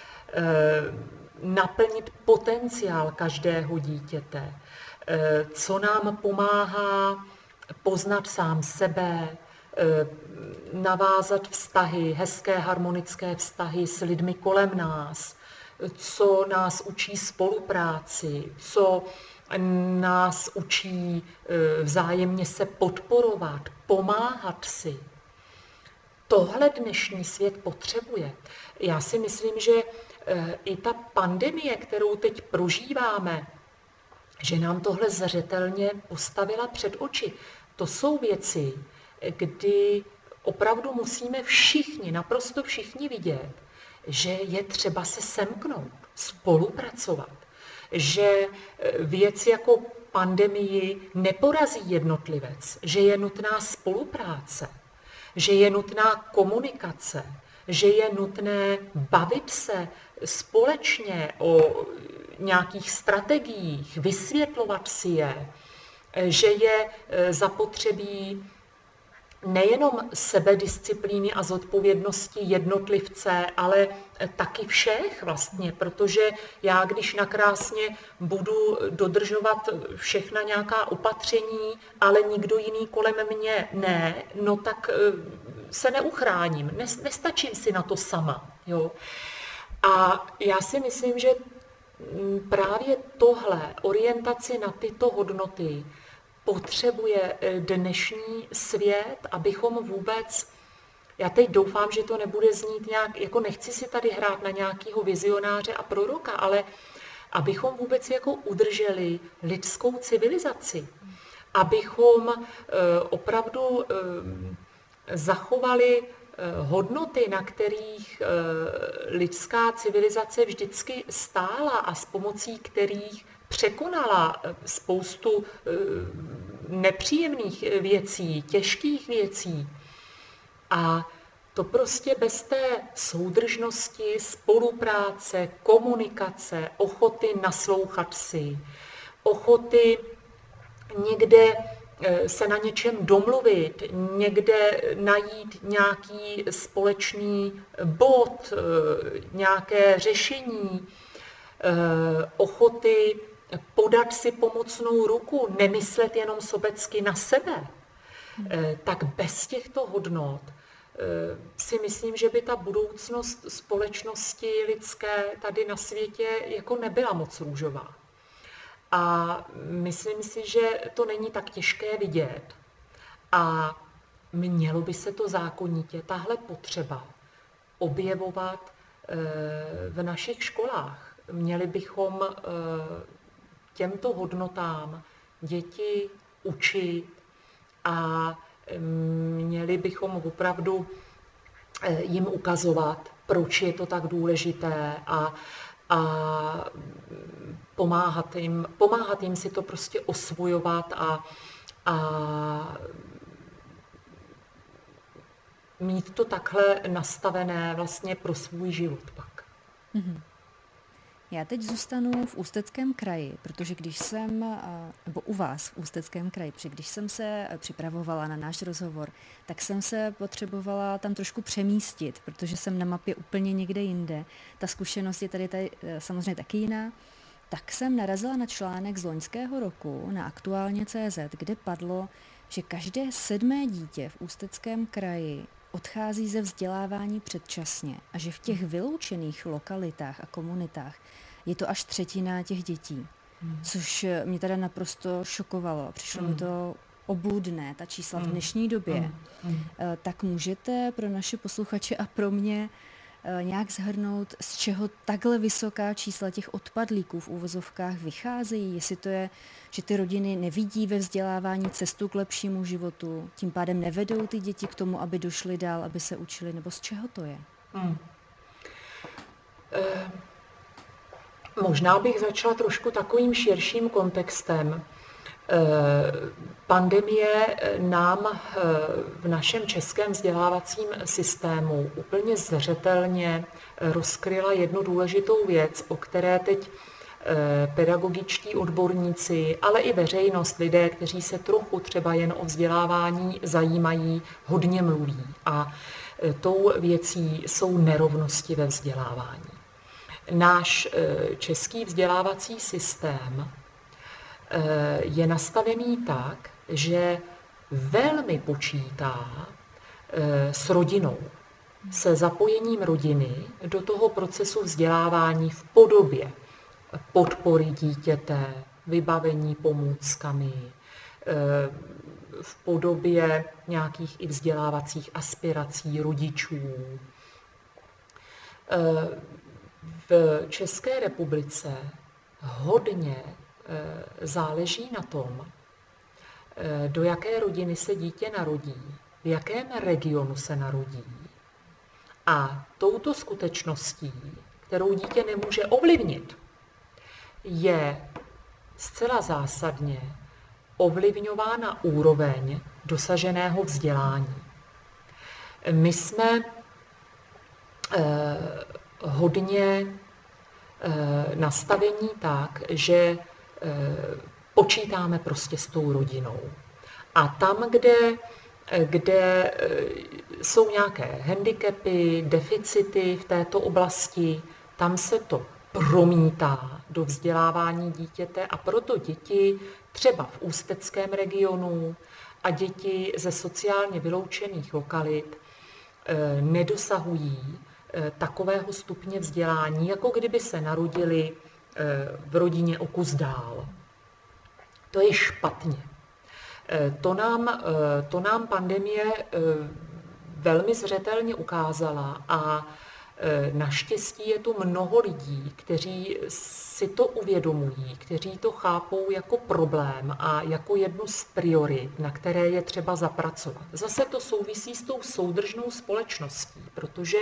B: naplnit potenciál každého dítěte, co nám pomáhá poznat sám sebe, navázat vztahy, hezké harmonické vztahy s lidmi kolem nás, co nás učí spolupráci, co nás učí vzájemně se podporovat, pomáhat si. Tohle dnešní svět potřebuje. Já si myslím, že i ta pandemie, kterou teď prožíváme, že nám tohle zřetelně postavila před oči. To jsou věci, kdy opravdu musíme všichni, naprosto všichni vidět, že je třeba se semknout, spolupracovat, že věc jako pandemii neporazí jednotlivec, že je nutná spolupráce, že je nutná komunikace, že je nutné bavit se společně o nějakých strategiích, vysvětlovat si je, že je zapotřebí nejenom sebedisciplíny a zodpovědnosti jednotlivce, ale taky všech vlastně, protože já, když nakrásně budu dodržovat všechna nějaká opatření, ale nikdo jiný kolem mě ne, no tak se neuchráním, nestačím si na to sama. Jo? A já si myslím, že právě tohle, orientaci na tyto hodnoty, potřebuje dnešní svět, abychom vůbec, já teď doufám, že to nebude znít nějak, jako nechci si tady hrát na nějakého vizionáře a proroka, ale abychom vůbec jako udrželi lidskou civilizaci, abychom opravdu zachovali hodnoty, na kterých lidská civilizace vždycky stála a s pomocí kterých překonala spoustu nepříjemných věcí, těžkých věcí. A to prostě bez té soudržnosti, spolupráce, komunikace, ochoty naslouchat si, ochoty někde se na něčem domluvit, někde najít nějaký společný bod, nějaké řešení, ochoty podat si pomocnou ruku, nemyslet jenom sobecky na sebe, tak bez těchto hodnot si myslím, že by ta budoucnost společnosti lidské tady na světě jako nebyla moc růžová. A myslím si, že to není tak těžké vidět. A mělo by se to zákonitě, tahle potřeba, objevovat v našich školách. Měli bychom těmto hodnotám děti učit a měli bychom opravdu jim ukazovat, proč je to tak důležité a, a pomáhat jim, pomáhat jim si to prostě osvojovat a, a mít to takhle nastavené vlastně pro svůj život pak.
A: Mm-hmm. Já teď zůstanu v Ústeckém kraji, protože když jsem, nebo u vás v Ústeckém kraji, protože když jsem se připravovala na náš rozhovor, tak jsem se potřebovala tam trošku přemístit, protože jsem na mapě úplně někde jinde. Ta zkušenost je tady, tady samozřejmě taky jiná. Tak jsem narazila na článek z loňského roku na aktuálně tečka cé zet, kde padlo, že každé sedmé dítě v Ústeckém kraji odchází ze vzdělávání předčasně a že v těch vyloučených lokalitách a komunitách je to až třetina těch dětí, hmm. což mě teda naprosto šokovalo. Přišlo hmm. mi to obludné, ta čísla v dnešní době. Hmm. Hmm. Tak můžete pro naše posluchače a pro mě nějak shrnout, z čeho takhle vysoká čísla těch odpadlíků v uvozovkách vycházejí? Jestli to je, že ty rodiny nevidí ve vzdělávání cestu k lepšímu životu, tím pádem nevedou ty děti k tomu, aby došly dál, aby se učili, nebo z čeho to je? Hmm.
B: Eh, možná bych začala trošku takovým širším kontextem. Pandemie nám v našem českém vzdělávacím systému úplně zřetelně rozkryla jednu důležitou věc, o které teď pedagogičtí odborníci, ale i veřejnost, lidé, kteří se trochu třeba jen o vzdělávání zajímají, hodně mluví. A tou věcí jsou nerovnosti ve vzdělávání. Náš český vzdělávací systém je nastavený tak, že velmi počítá s rodinou, se zapojením rodiny do toho procesu vzdělávání v podobě podpory dítěte, vybavení pomůckami, v podobě nějakých i vzdělávacích aspirací rodičů. V České republice hodně záleží na tom, do jaké rodiny se dítě narodí, v jakém regionu se narodí. A touto skutečností, kterou dítě nemůže ovlivnit, je zcela zásadně ovlivňována úroveň dosaženého vzdělání. My jsme eh, hodně eh, nastavení tak, že počítáme prostě s tou rodinou. A tam, kde, kde jsou nějaké handicapy, deficity v této oblasti, tam se to promítá do vzdělávání dítěte a proto děti třeba v ústeckém regionu a děti ze sociálně vyloučených lokalit nedosahují takového stupně vzdělání, jako kdyby se narodili v rodině o kus dál. To je špatně. To nám, to nám pandemie velmi zřetelně ukázala a naštěstí je tu mnoho lidí, kteří si to uvědomují, kteří to chápou jako problém a jako jednu z priorit, na které je třeba zapracovat. Zase to souvisí s tou soudržnou společností, protože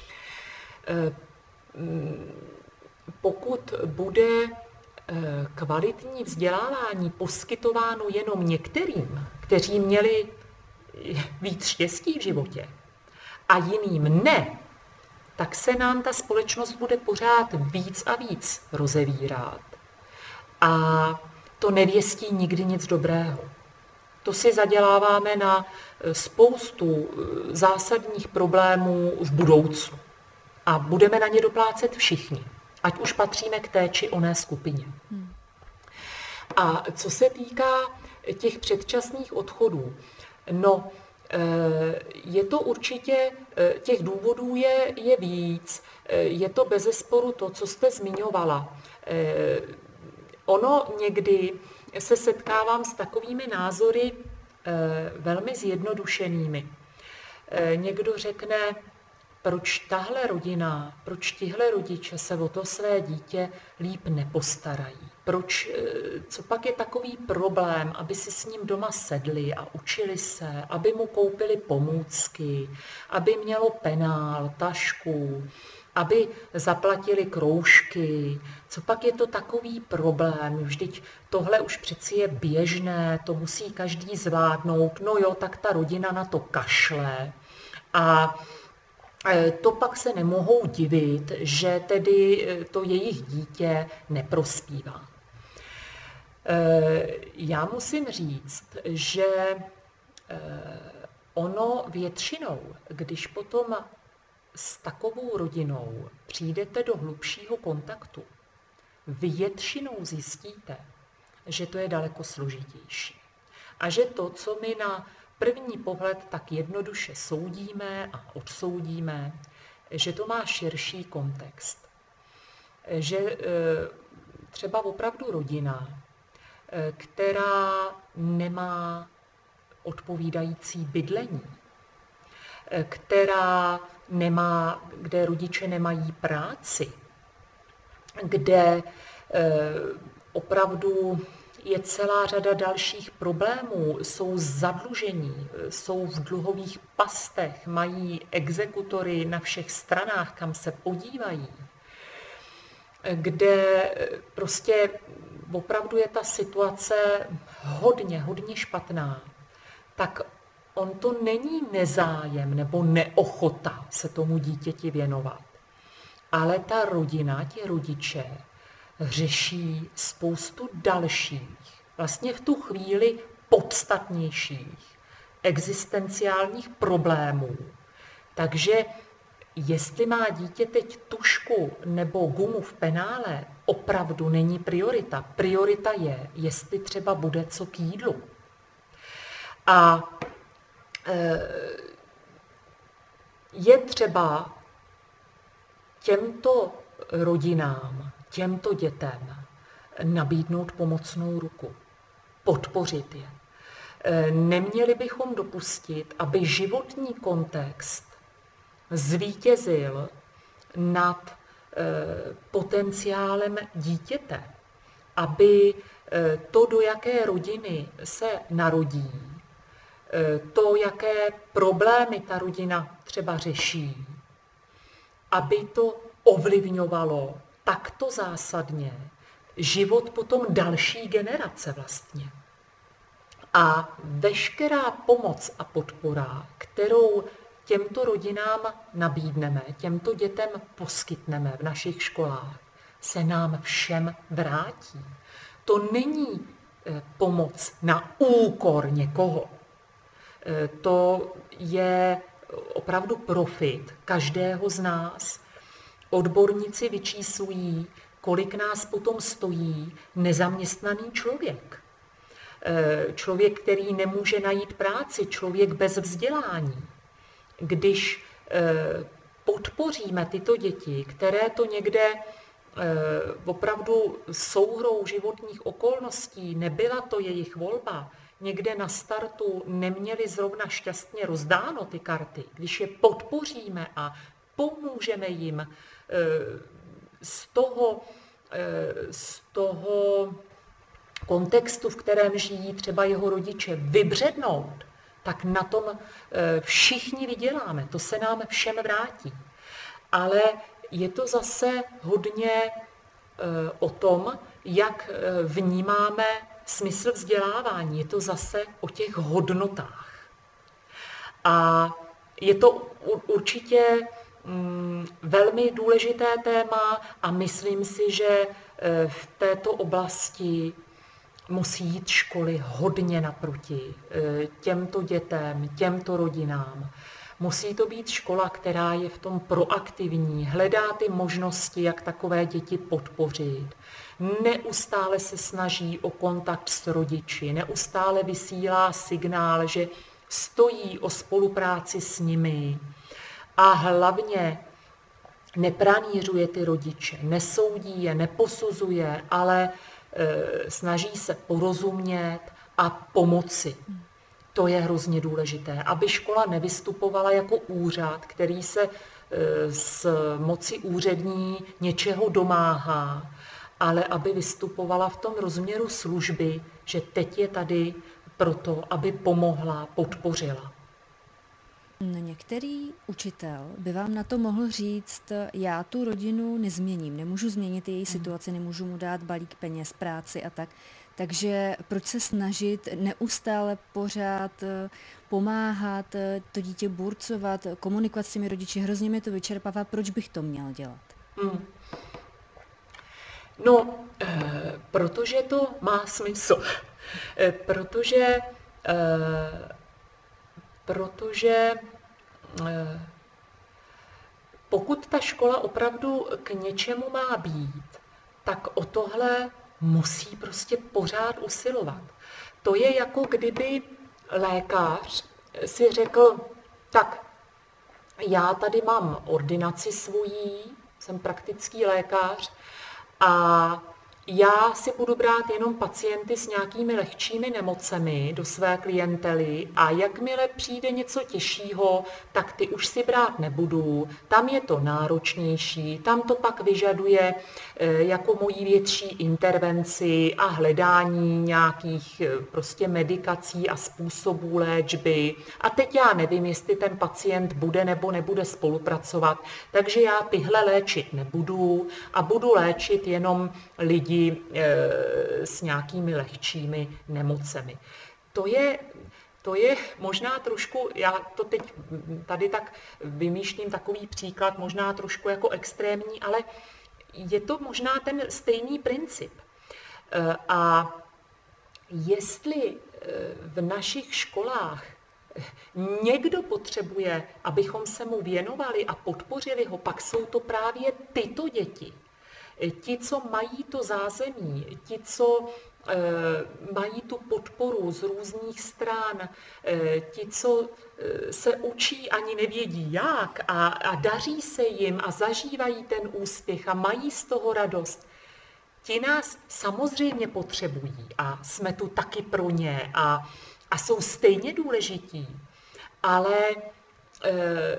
B: pokud bude kvalitní vzdělávání poskytováno jenom některým, kteří měli víc štěstí v životě a jiným ne, tak se nám ta společnost bude pořád víc a víc rozevírat. A to nevěstí nikdy nic dobrého. To si zaděláváme na spoustu zásadních problémů v budoucnu. A budeme na ně doplácet všichni, ať už patříme k té či oné skupině. Hmm. A co se týká těch předčasných odchodů, no, je to určitě, těch důvodů je, je víc. Je to bezesporu to, co jste zmiňovala. Ono někdy se setkávám s takovými názory velmi zjednodušenými. Někdo řekne, proč tahle rodina, proč tihle rodiče se o to své dítě líp nepostarají? Proč, co pak je takový problém, aby si s ním doma sedli a učili se, aby mu koupili pomůcky, aby mělo penál, tašku, aby zaplatili kroužky. Co pak je to takový problém? Vždyť tohle už přeci je běžné, to musí každý zvládnout. No jo, tak ta rodina na to kašle. A to pak se nemohou divit, že tedy to jejich dítě neprospívá. Já musím říct, že ono většinou, když potom s takovou rodinou přijdete do hlubšího kontaktu, většinou zjistíte, že to je daleko složitější. A že to, co my na první pohled tak jednoduše soudíme a odsoudíme, že to má širší kontext. Že třeba opravdu rodina, která nemá odpovídající bydlení, která nemá, kde rodiče nemají práci, kde opravdu je celá řada dalších problémů, jsou zadlužení, jsou v dluhových pastech, mají exekutory na všech stranách, kam se podívají, kde prostě opravdu je ta situace hodně, hodně špatná, tak on to není nezájem nebo neochota se tomu dítěti věnovat, ale ta rodina, ti rodiče, řeší spoustu dalších, vlastně v tu chvíli podstatnějších existenciálních problémů. Takže jestli má dítě teď tužku nebo gumu v penále, opravdu není priorita. Priorita je, jestli třeba bude co k jídlu. A je třeba těmto rodinám, těmto dětem nabídnout pomocnou ruku, podpořit je. Neměli bychom dopustit, aby životní kontext zvítězil nad potenciálem dítěte, aby to, do jaké rodiny se narodí, to, jaké problémy ta rodina třeba řeší, aby to ovlivňovalo takto zásadně život potom další generace vlastně. A veškerá pomoc a podpora, kterou těmto rodinám nabídneme, těmto dětem poskytneme v našich školách, se nám všem vrátí. To není pomoc na úkor někoho. To je opravdu profit každého z nás. Odborníci vyčíslují, kolik nás potom stojí nezaměstnaný člověk. Člověk, který nemůže najít práci, člověk bez vzdělání. Když podpoříme tyto děti, které to někde opravdu souhrou životních okolností, nebyla to jejich volba, někde na startu neměli zrovna šťastně rozdáno ty karty, když je podpoříme a pomůžeme jim z toho, z toho kontextu, v kterém žijí třeba jeho rodiče, vybřednout, tak na tom všichni vyděláme, to se nám všem vrátí. Ale je to zase hodně o tom, jak vnímáme smysl vzdělávání. Je to zase o těch hodnotách. A je to určitě velmi důležité téma a myslím si, že v této oblasti musí jít školy hodně naproti těmto dětem, těmto rodinám. Musí to být škola, která je v tom proaktivní, hledá ty možnosti, jak takové děti podpořit. Neustále se snaží o kontakt s rodiči, neustále vysílá signál, že stojí o spolupráci s nimi a hlavně nepranířuje ty rodiče, nesoudí je, neposuzuje, ale e, snaží se porozumět a pomoci. To je hrozně důležité, aby škola nevystupovala jako úřad, který se z moci úřední něčeho domáhá, ale aby vystupovala v tom rozměru služby, že teď je tady proto, aby pomohla, podpořila.
A: Některý učitel by vám na to mohl říct, já tu rodinu nezměním, nemůžu změnit její situaci, nemůžu mu dát balík peněz, práci a tak. Takže proč se snažit neustále pořád pomáhat, to dítě burcovat, komunikovat s těmi rodiči, hrozně mě to vyčerpává, proč bych to měl dělat? Hmm.
B: No, eh, protože to má smysl. Eh, protože eh, protože eh, pokud ta škola opravdu k něčemu má být, tak o tohle musí prostě pořád usilovat. To je jako kdyby lékař si řekl, tak já tady mám ordinaci svojí, jsem praktický lékař a já si budu brát jenom pacienty s nějakými lehčími nemocemi do své klientely a jakmile přijde něco těžšího, tak ty už si brát nebudu, tam je to náročnější, tam to pak vyžaduje jako mojí větší intervenci a hledání nějakých prostě medikací a způsobů léčby. A teď já nevím, jestli ten pacient bude nebo nebude spolupracovat, takže já tyhle léčit nebudu a budu léčit jenom lidi s nějakými lehčími nemocemi. To je, to je možná trošku, já to teď tady tak vymýšlím takový příklad, možná trošku jako extrémní, ale je to možná ten stejný princip. A jestli v našich školách někdo potřebuje, abychom se mu věnovali a podpořili ho, pak jsou to právě tyto děti. Ti, co mají to zázemí, ti, co e, mají tu podporu z různých stran, e, ti, co e, se učí, ani nevědí jak a, a daří se jim a zažívají ten úspěch a mají z toho radost, ti nás samozřejmě potřebují a jsme tu taky pro ně a, a jsou stejně důležití, ale e,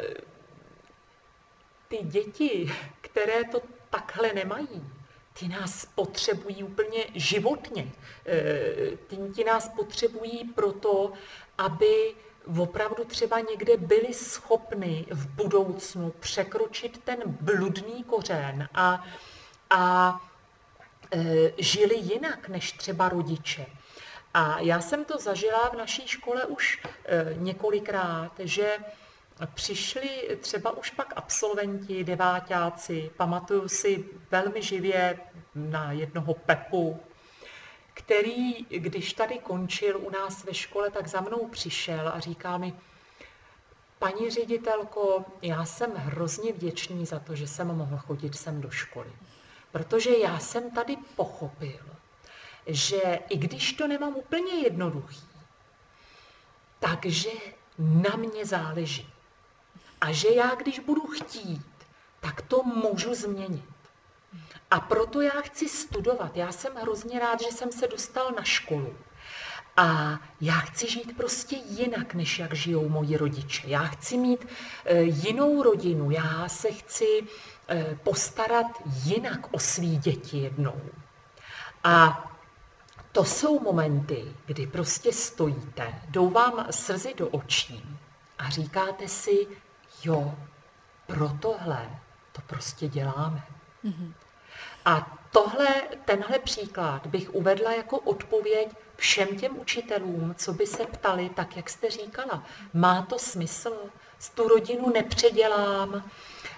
B: ty děti, které to takhle nemají, ty nás potřebují úplně životně. Ty, ty nás potřebují proto, aby opravdu třeba někde byli schopni v budoucnu překročit ten bludný kořen a, a e, žili jinak než třeba rodiče. A já jsem to zažila v naší škole už e, několikrát, že přišli třeba už pak absolventi, deváťáci, pamatuju si velmi živě na jednoho Pepu, který, když tady končil u nás ve škole, tak za mnou přišel a říká mi, paní ředitelko, já jsem hrozně vděčný za to, že jsem mohl chodit sem do školy, protože já jsem tady pochopil, že i když to nemám úplně jednoduchý, takže na mě záleží. A že já, když budu chtít, tak to můžu změnit. A proto já chci studovat. Já jsem hrozně rád, že jsem se dostal na školu. A já chci žít prostě jinak, než jak žijou moji rodiče. Já chci mít e, jinou rodinu. Já se chci e, postarat jinak o svý děti jednou. A to jsou momenty, kdy prostě stojíte, jdou vám slzy do očí a říkáte si, jo, pro tohle to prostě děláme. Mm-hmm. A tohle, tenhle příklad bych uvedla jako odpověď všem těm učitelům, co by se ptali, tak jak jste říkala, má to smysl, tu rodinu nepředělám, e,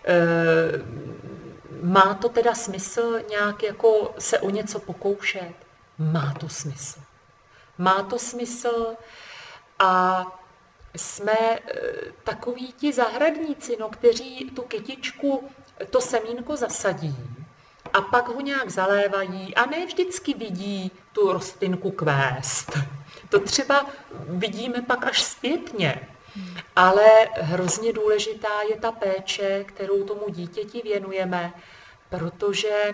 B: má to teda smysl nějak jako se o něco pokoušet? Má to smysl. Má to smysl a jsme takoví ti zahradníci, no, kteří tu kytičku, to semínko zasadí a pak ho nějak zalévají a ne vždycky vidí tu rostlinku kvést. To třeba vidíme pak až zpětně, ale hrozně důležitá je ta péče, kterou tomu dítěti věnujeme, protože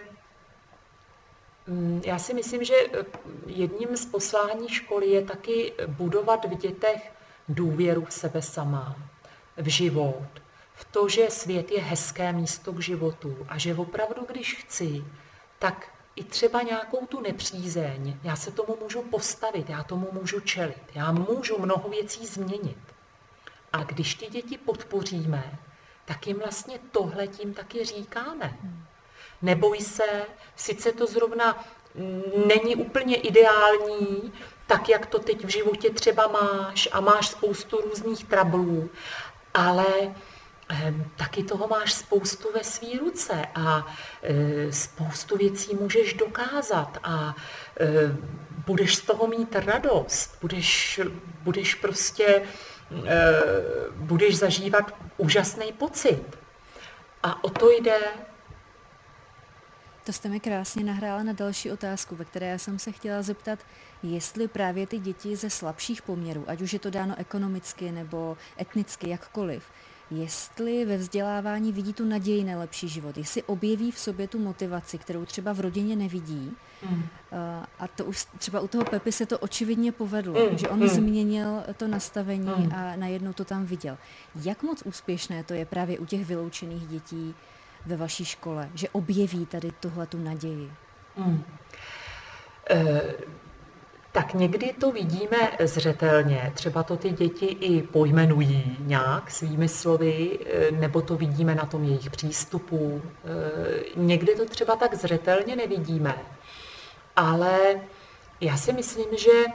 B: já si myslím, že jedním z poslání školy je taky budovat v dětech důvěru v sebe sama, v život, v to, že svět je hezké místo k životu a že opravdu, když chci, tak i třeba nějakou tu nepřízeň, já se tomu můžu postavit, já tomu můžu čelit, já můžu mnoho věcí změnit. A když ty děti podpoříme, tak jim vlastně tohle tím taky říkáme. Neboj se, sice to zrovna není úplně ideální, tak jak to teď v životě třeba máš a máš spoustu různých trablů, ale eh, taky toho máš spoustu ve svý ruce a eh, spoustu věcí můžeš dokázat a eh, budeš z toho mít radost, budeš, budeš prostě, eh, budeš zažívat úžasný pocit. A o to jde.
A: To jste mi krásně nahrála na další otázku, ve které já jsem se chtěla zeptat, jestli právě ty děti ze slabších poměrů, ať už je to dáno ekonomicky nebo etnicky, jakkoliv, jestli ve vzdělávání vidí tu naději na lepší život, jestli objeví v sobě tu motivaci, kterou třeba v rodině nevidí. Mm. A to už třeba u toho Pepy se to očividně povedlo, mm. že on mm. změnil to nastavení mm. a najednou to tam viděl. Jak moc úspěšné to je právě u těch vyloučených dětí ve vaší škole, že objeví tady tuhletu naději? Mm.
B: E, tak někdy to vidíme zřetelně, třeba to ty děti i pojmenují nějak svými slovy, nebo to vidíme na tom jejich přístupu. E, někdy to třeba tak zřetelně nevidíme, ale já si myslím, že e,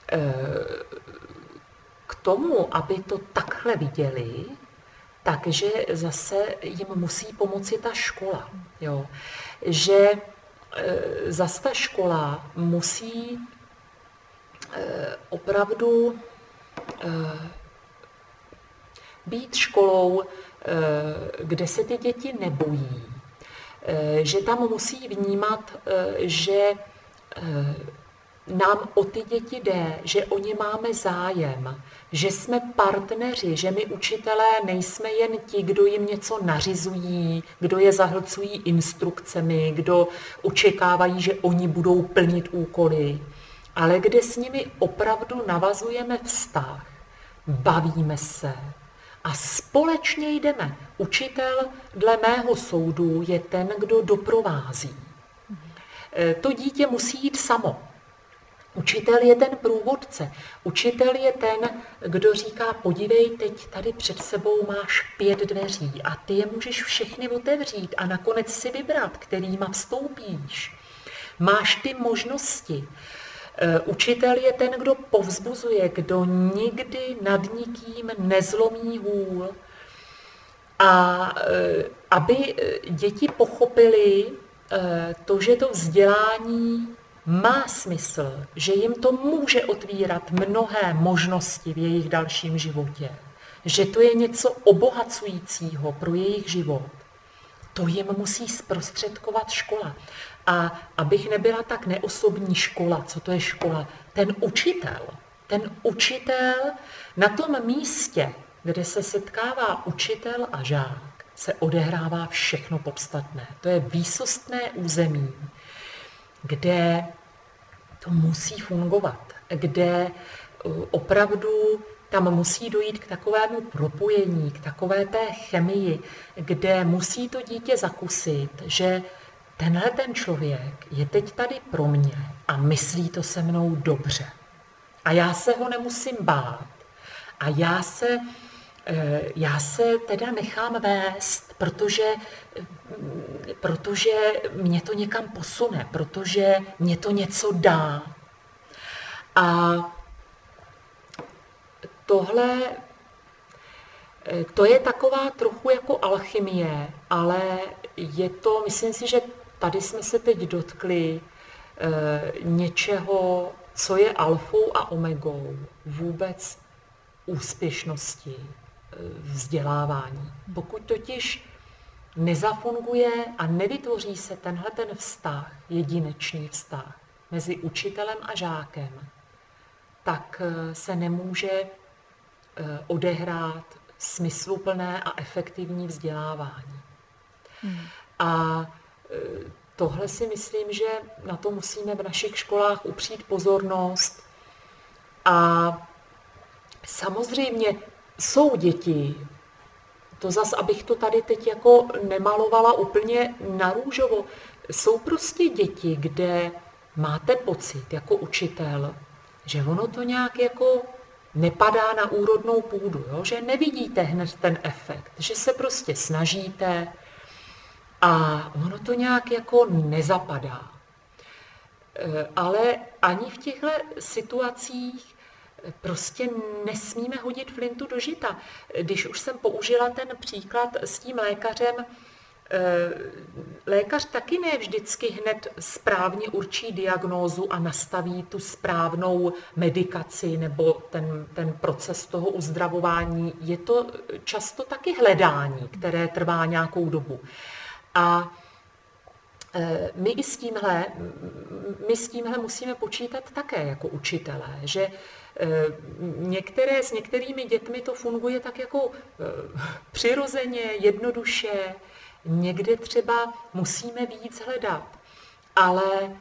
B: k tomu, aby to takhle viděli, takže zase jim musí pomoci ta škola. Jo. Že e, zase ta škola musí e, opravdu e, být školou, e, kde se ty děti nebojí. E, že tam musí vnímat, e, že e, nám o ty děti jde, že o ně máme zájem, že jsme partneři, že my učitelé nejsme jen ti, kdo jim něco nařizují, kdo je zahlcují instrukcemi, kdo očekávají, že oni budou plnit úkoly, ale kde s nimi opravdu navazujeme vztah, bavíme se a společně jdeme. Učitel dle mého soudu je ten, kdo doprovází. To dítě musí jít samo. Učitel je ten průvodce. Učitel je ten, kdo říká, podívej, teď tady před sebou máš pět dveří a ty je můžeš všechny otevřít a nakonec si vybrat, kterýma vstoupíš. Máš ty možnosti. Učitel je ten, kdo povzbuzuje, kdo nikdy nad nikým nezlomí hůl. A aby děti pochopili to, že to vzdělání má smysl, že jim to může otvírat mnohé možnosti v jejich dalším životě, že to je něco obohacujícího pro jejich život, to jim musí zprostředkovat škola. A abych nebyla tak neosobní škola, co to je škola? Ten učitel, ten učitel na tom místě, kde se setkává učitel a žák, se odehrává všechno podstatné. To je výsostné území, kde to musí fungovat, kde opravdu tam musí dojít k takovému propojení, k takové té chemii, kde musí to dítě zakusit, že tenhle ten člověk je teď tady pro mě a myslí to se mnou dobře. A já se ho nemusím bát. A já se, já se teda nechám vést, protože, protože mě to někam posune, protože mě to něco dá. A tohle, to je taková trochu jako alchymie, ale je to, myslím si, že tady jsme se teď dotkli něčeho, co je alfou a omegou vůbec úspěšnosti vzdělávání. Pokud totiž nezafunguje a nevytvoří se tenhle ten vztah, jedinečný vztah mezi učitelem a žákem, tak se nemůže odehrát smysluplné a efektivní vzdělávání. Hmm. A tohle si myslím, že na to musíme v našich školách upřít pozornost. A samozřejmě jsou děti, to zas, abych to tady teď jako nemalovala úplně na růžovo, jsou prostě děti, kde máte pocit jako učitel, že ono to nějak jako nepadá na úrodnou půdu, jo? Že nevidíte hned ten efekt, že se prostě snažíte a ono to nějak jako nezapadá. Ale ani v těchto situacích prostě nesmíme hodit flintu do žita. Když už jsem použila ten příklad s tím lékařem, lékař taky ne vždycky hned správně určí diagnózu a nastaví tu správnou medikaci nebo ten, ten proces toho uzdravování. Je to často taky hledání, které trvá nějakou dobu. A my i s tímhle, my s tímhle musíme počítat také jako učitelé, že některé, s některými dětmi to funguje tak jako přirozeně, jednoduše, někde třeba musíme víc hledat, ale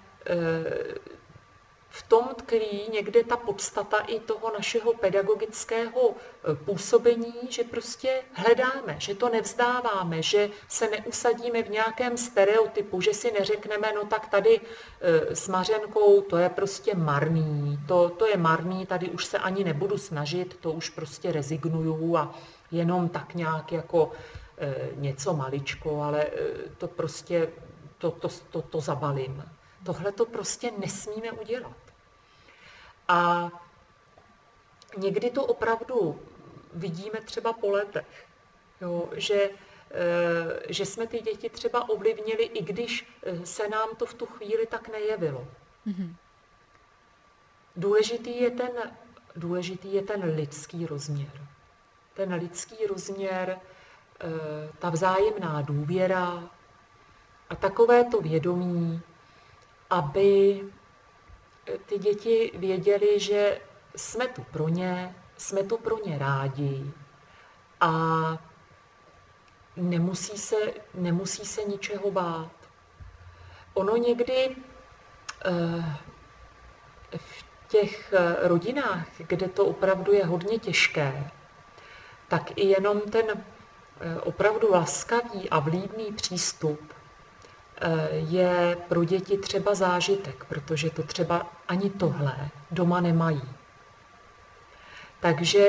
B: v tom tkví někde ta podstata i toho našeho pedagogického působení, že prostě hledáme, že to nevzdáváme, že se neusadíme v nějakém stereotypu, že si neřekneme, no tak tady s Mařenkou to je prostě marný, to, to je marný, tady už se ani nebudu snažit, to už prostě rezignuju a jenom tak nějak jako něco maličko, ale to prostě, to, to, to, to zabalím. Tohle to prostě nesmíme udělat. A někdy to opravdu vidíme třeba po letech, jo, že, že jsme ty děti třeba ovlivnili, i když se nám to v tu chvíli tak nejevilo. Mm-hmm. Důležitý je ten, důležitý je ten lidský rozměr. Ten lidský rozměr, ta vzájemná důvěra a takové to vědomí, aby ty děti věděly, že jsme tu pro ně, jsme tu pro ně rádi a nemusí se, nemusí se ničeho bát. Ono někdy v těch rodinách, kde to opravdu je hodně těžké, tak i jenom ten opravdu laskavý a vlídný přístup je pro děti třeba zážitek, protože to třeba ani tohle doma nemají. Takže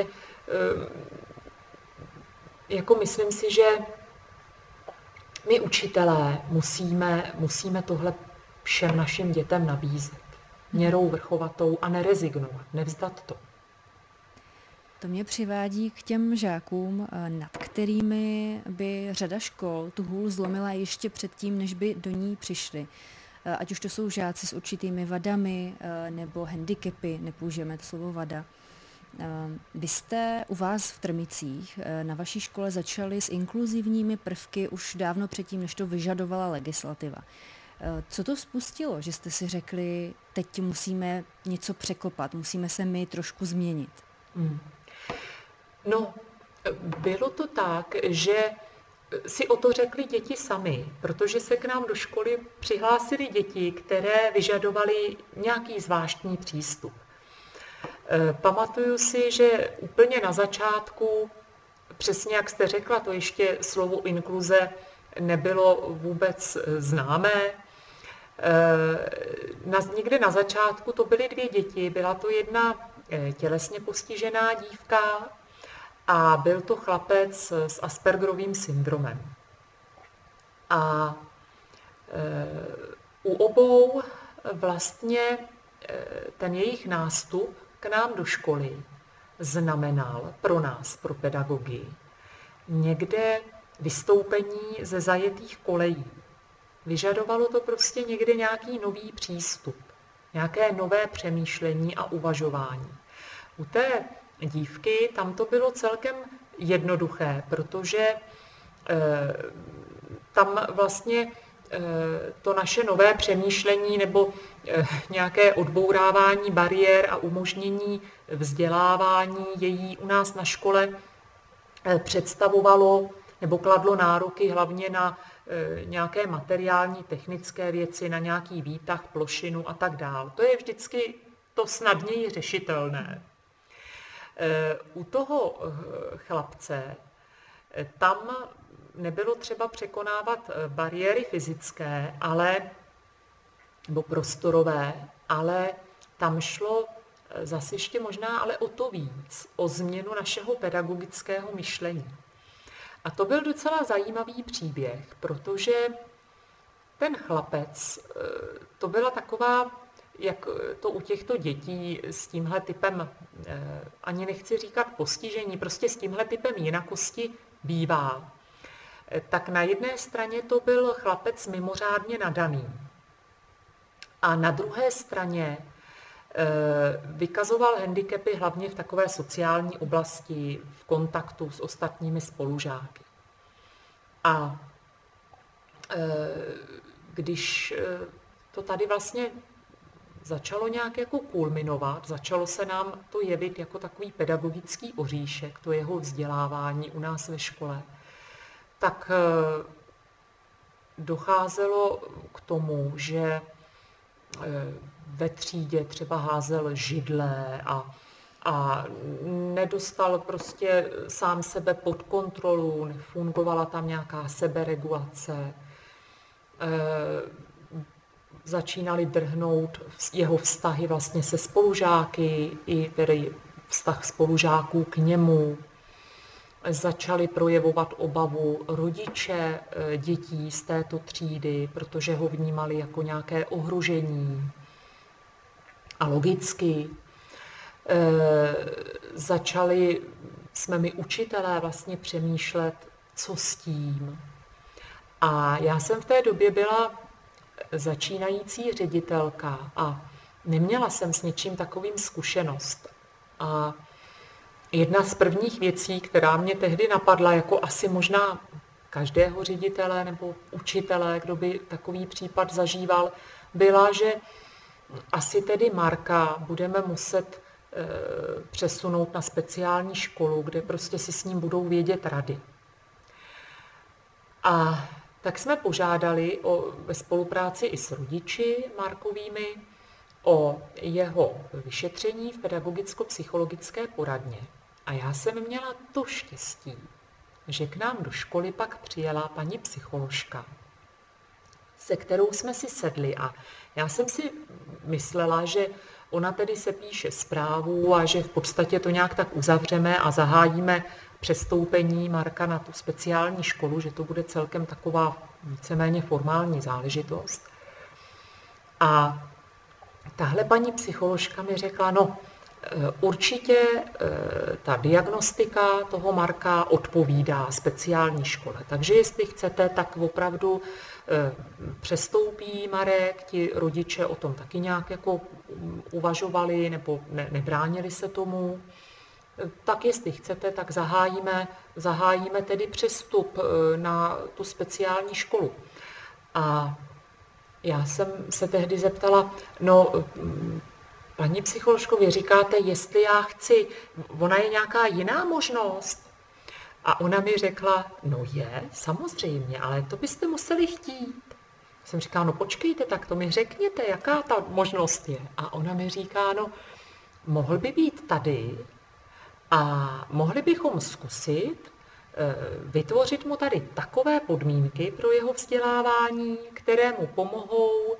B: jako myslím si, že my učitelé musíme, musíme tohle všem našim dětem nabízet. Měrou vrchovatou a nerezignovat, nevzdat to.
A: To mě přivádí k těm žákům, nad kterými by řada škol tu hůl zlomila ještě předtím, než by do ní přišli. Ať už to jsou žáci s určitými vadami nebo handicapy, nepoužijeme to slovo vada. Vy jste u vás v Trmicích na vaší škole začali s inkluzivními prvky už dávno předtím, než to vyžadovala legislativa. Co to spustilo, že jste si řekli, teď musíme něco překopat, musíme se my trošku změnit? Hmm.
B: No, bylo to tak, že si o to řekli děti sami, protože se k nám do školy přihlásily děti, které vyžadovaly nějaký zvláštní přístup. Pamatuju si, že úplně na začátku, přesně jak jste řekla, to ještě slovo inkluze nebylo vůbec známé. Na, někde na začátku to byly dvě děti, byla to jedna tělesně postižená dívka a byl to chlapec s Aspergerovým syndromem. A e, u obou vlastně e, ten jejich nástup k nám do školy znamenal pro nás, pro pedagogy, někde vystoupení ze zajetých kolejí. Vyžadovalo to prostě někde nějaký nový přístup, nějaké nové přemýšlení a uvažování. U té dívky tam to bylo celkem jednoduché, protože e, tam vlastně e, to naše nové přemýšlení nebo e, nějaké odbourávání bariér a umožnění vzdělávání její u nás na škole e, představovalo nebo kladlo nároky hlavně na e, nějaké materiální, technické věci, na nějaký výtah, plošinu a tak dál. To je vždycky to snadněji řešitelné. E, u toho chlapce e, tam nebylo třeba překonávat bariéry fyzické, ale, nebo prostorové, ale tam šlo zase ještě možná ale o to víc, o změnu našeho pedagogického myšlení. A to byl docela zajímavý příběh, protože ten chlapec, to byla taková, jak to u těchto dětí s tímhle typem, ani nechci říkat postižení, prostě s tímhle typem jinakosti bývá. Tak na jedné straně to byl chlapec mimořádně nadaný. A na druhé straně vykazoval handicapy hlavně v takové sociální oblasti, v kontaktu s ostatními spolužáky. A když to tady vlastně začalo nějak jako kulminovat, začalo se nám to jevit jako takový pedagogický oříšek, to jeho vzdělávání u nás ve škole, tak docházelo k tomu, že ve třídě třeba házel židle a, a nedostal prostě sám sebe pod kontrolu, nefungovala tam nějaká seberegulace. Začínaly drhnout jeho vztahy vlastně se spolužáky, i tedy vztah spolužáků k němu. Začali projevovat obavu rodiče dětí z této třídy, protože ho vnímali jako nějaké ohrožení. A logicky e, začali jsme my učitelé vlastně přemýšlet, co s tím. A já jsem v té době byla začínající ředitelka a neměla jsem s něčím takovým zkušenost. A jedna z prvních věcí, která mě tehdy napadla, jako asi možná každého ředitele nebo učitele, kdo by takový případ zažíval, byla, že asi tedy Marka budeme muset e, přesunout na speciální školu, kde prostě si s ním budou vědět rady. A tak jsme požádali o, ve spolupráci i s rodiči Markovými o jeho vyšetření v pedagogicko-psychologické poradně. A já jsem měla to štěstí, že k nám do školy pak přijela paní psycholožka, se kterou jsme si sedli a já jsem si myslela, že ona tedy se píše zprávu a že v podstatě to nějak tak uzavřeme a zahájíme přestoupení Marka na tu speciální školu, že to bude celkem taková víceméně formální záležitost. A tahle paní psycholožka mi řekla, no určitě ta diagnostika toho Marka odpovídá speciální škole, takže jestli chcete, tak opravdu přestoupí Marek, ti rodiče o tom taky nějak jako uvažovali nebo ne, nebránili se tomu. Tak jestli chcete, tak zahájíme, zahájíme tedy přestup na tu speciální školu. A já jsem se tehdy zeptala, no paní psycholožko, vy říkáte, jestli já chci, ona je nějaká jiná možnost? A ona mi řekla, no je, samozřejmě, ale to byste museli chtít. Jsem říkala, no počkejte, tak to mi řekněte, jaká ta možnost je. A ona mi říká, no mohl by být tady a mohli bychom zkusit vytvořit mu tady takové podmínky pro jeho vzdělávání, které mu pomohou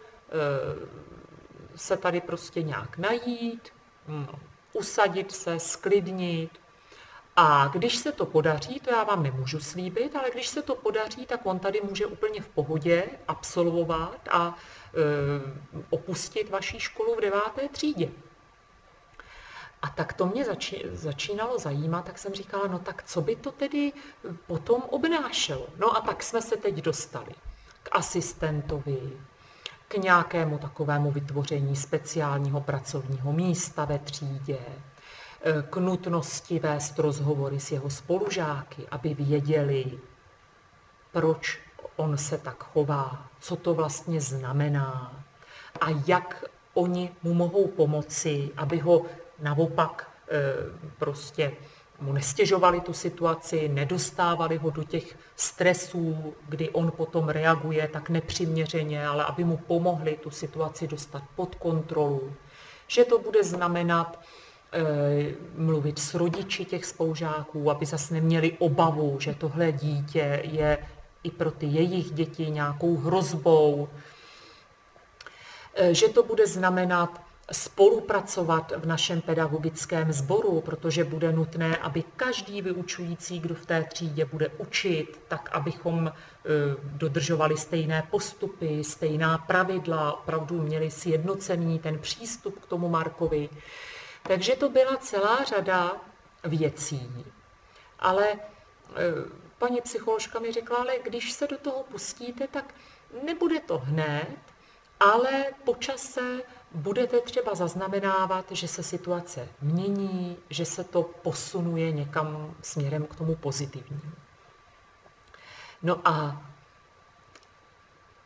B: se tady prostě nějak najít, usadit se, sklidnit. A když se to podaří, to já vám nemůžu slíbit, ale když se to podaří, tak on tady může úplně v pohodě absolvovat a e, opustit vaši školu v deváté třídě. A tak to mě zači, začínalo zajímat, tak jsem říkala, no tak co by to tedy potom obnášelo? No a tak jsme se teď dostali k asistentovi, k nějakému takovému vytvoření speciálního pracovního místa ve třídě, k nutnosti vést rozhovory s jeho spolužáky, aby věděli, proč on se tak chová, co to vlastně znamená a jak oni mu mohou pomoci, aby ho naopak prostě mu nestěžovali tu situaci, nedostávali ho do těch stresů, kdy on potom reaguje tak nepřiměřeně, ale aby mu pomohli tu situaci dostat pod kontrolu. Že to bude znamenat e, mluvit s rodiči těch spolužáků, aby zase neměli obavu, že tohle dítě je i pro ty jejich děti nějakou hrozbou. E, že to bude znamenat spolupracovat v našem pedagogickém sboru, protože bude nutné, aby každý vyučující, kdo v té třídě bude učit, tak abychom dodržovali stejné postupy, stejná pravidla, opravdu měli sjednocený ten přístup k tomu Markovi. Takže to byla celá řada věcí. Ale paní psycholožka mi řekla, ale když se do toho pustíte, tak nebude to hned, ale po čase budete třeba zaznamenávat, že se situace mění, že se to posunuje někam směrem k tomu pozitivnímu. No a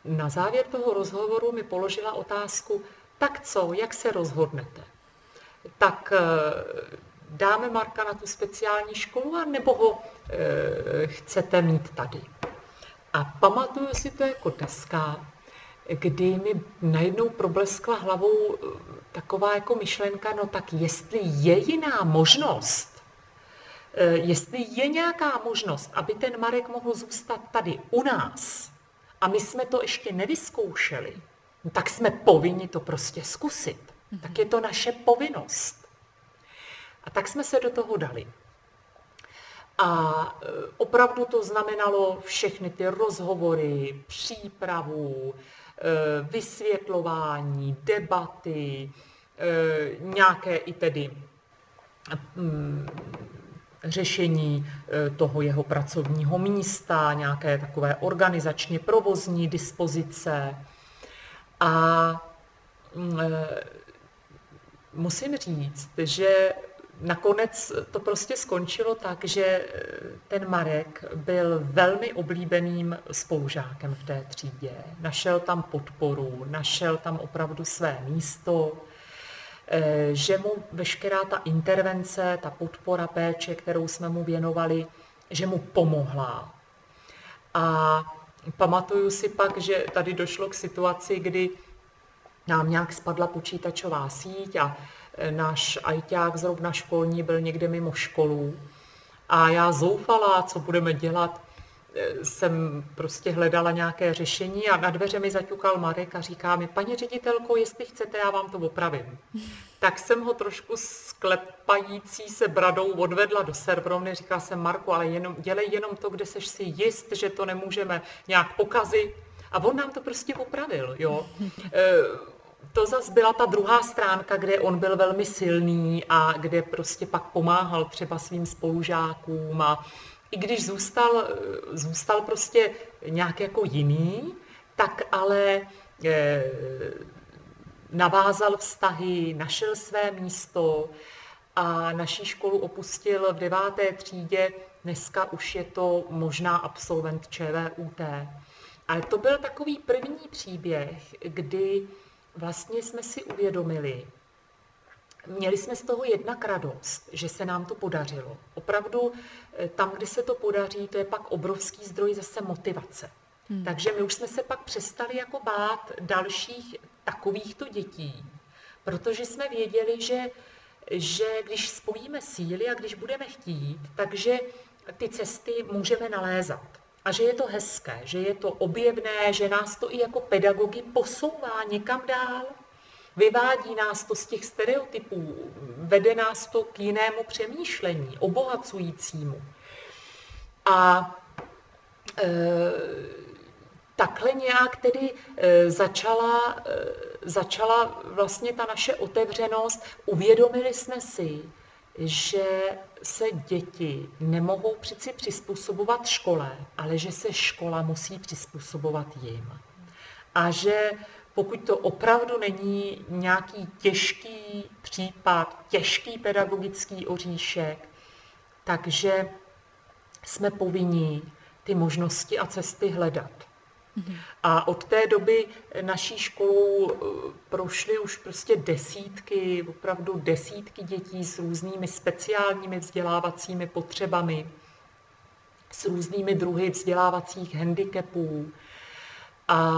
B: na závěr toho rozhovoru mi položila otázku, tak co, jak se rozhodnete? Tak dáme Marka na tu speciální školu, anebo ho e, chcete mít tady? A pamatuju si to jako dneska, kdy mi najednou probleskla hlavou taková jako myšlenka, no tak jestli je jiná možnost, e, jestli je nějaká možnost, aby ten Marek mohl zůstat tady u nás, a my jsme to ještě nevyzkoušeli, no tak jsme povinni to prostě zkusit. Mm-hmm. Tak je to naše povinnost. A tak jsme se do toho dali. A opravdu to znamenalo všechny ty rozhovory, přípravu, vysvětlování, debaty, nějaké i tedy řešení toho jeho pracovního místa, nějaké takové organizačně provozní dispozice. A musím říct, že nakonec to prostě skončilo tak, že ten Marek byl velmi oblíbeným spolužákem v té třídě. Našel tam podporu, našel tam opravdu své místo, že mu veškerá ta intervence, ta podpora, péče, kterou jsme mu věnovali, že mu pomohla. A pamatuju si pak, že tady došlo k situaci, kdy nám nějak spadla počítačová síť a náš ajťák zrovna školní byl někde mimo školu. A já zoufalá, co budeme dělat, jsem prostě hledala nějaké řešení a na dveře mi zaťukal Marek a říká mi, paní ředitelko, jestli chcete, já vám to opravím. Tak jsem ho trošku sklepající se bradou odvedla do serverovny, říkala jsem, Marku, ale jenom, dělej jenom to, kde seš si jist, že to nemůžeme nějak pokazit. A on nám to prostě opravil, jo. To zase byla ta druhá stránka, kde on byl velmi silný a kde prostě pak pomáhal třeba svým spolužákům a i když zůstal, zůstal prostě nějak jako jiný, tak ale eh, navázal vztahy, našel své místo a naší školu opustil v deváté třídě, dneska už je to možná absolvent ČVUT. Ale to byl takový první příběh, kdy vlastně jsme si uvědomili, měli jsme z toho jednak radost, že se nám to podařilo. Opravdu tam, kde se to podaří, to je pak obrovský zdroj zase motivace. Hmm. Takže my už jsme se pak přestali jako bát dalších takovýchto dětí, protože jsme věděli, že, že když spojíme síly a když budeme chtít, takže ty cesty můžeme nalézat. A že je to hezké, že je to objevné, že nás to i jako pedagogy posouvá někam dál. Vyvádí nás to z těch stereotypů, vede nás to k jinému přemýšlení, obohacujícímu. A e, takhle nějak tedy e, začala, e, začala vlastně ta naše otevřenost. Uvědomili jsme si, že se děti nemohou přeci přizpůsobovat škole, ale že se škola musí přizpůsobovat jim. A že pokud to opravdu není nějaký těžký případ, těžký pedagogický oříšek, takže jsme povinni ty možnosti a cesty hledat. A od té doby naší školou prošly už prostě desítky, opravdu desítky dětí s různými speciálními vzdělávacími potřebami, s různými druhy vzdělávacích handicapů. A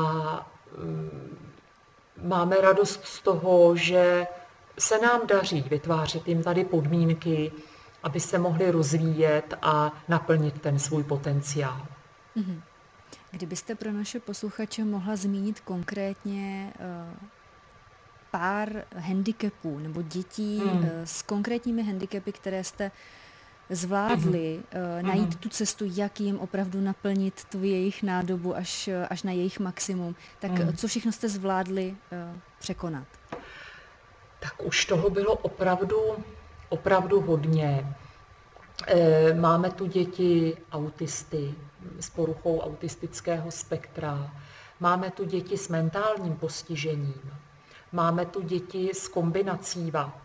B: máme radost z toho, že se nám daří vytvářet jim tady podmínky, aby se mohli rozvíjet a naplnit ten svůj potenciál.
A: Mm-hmm. Kdybyste pro naše posluchače mohla zmínit konkrétně uh, pár handicapů nebo dětí hmm. uh, s konkrétními handicapy, které jste zvládli uh, najít tu cestu, jak jim opravdu naplnit tu jejich nádobu až, až na jejich maximum, tak hmm. co všechno jste zvládli uh, překonat?
B: Tak už toho bylo opravdu, opravdu hodně. Máme tu děti autisty s poruchou autistického spektra, máme tu děti s mentálním postižením, máme tu děti s kombinací vad,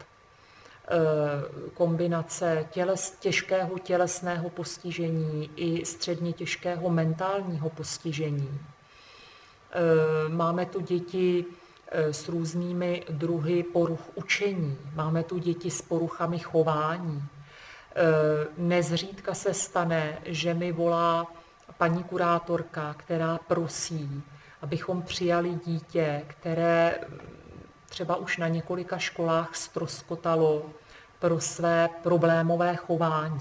B: kombinace těles, těžkého tělesného postižení i středně těžkého mentálního postižení. máme tu děti s různými druhy poruch učení, máme tu děti s poruchami chování. Nezřídka se stane, že mi volá paní kurátorka, která prosí, abychom přijali dítě, které třeba už na několika školách ztroskotalo pro své problémové chování.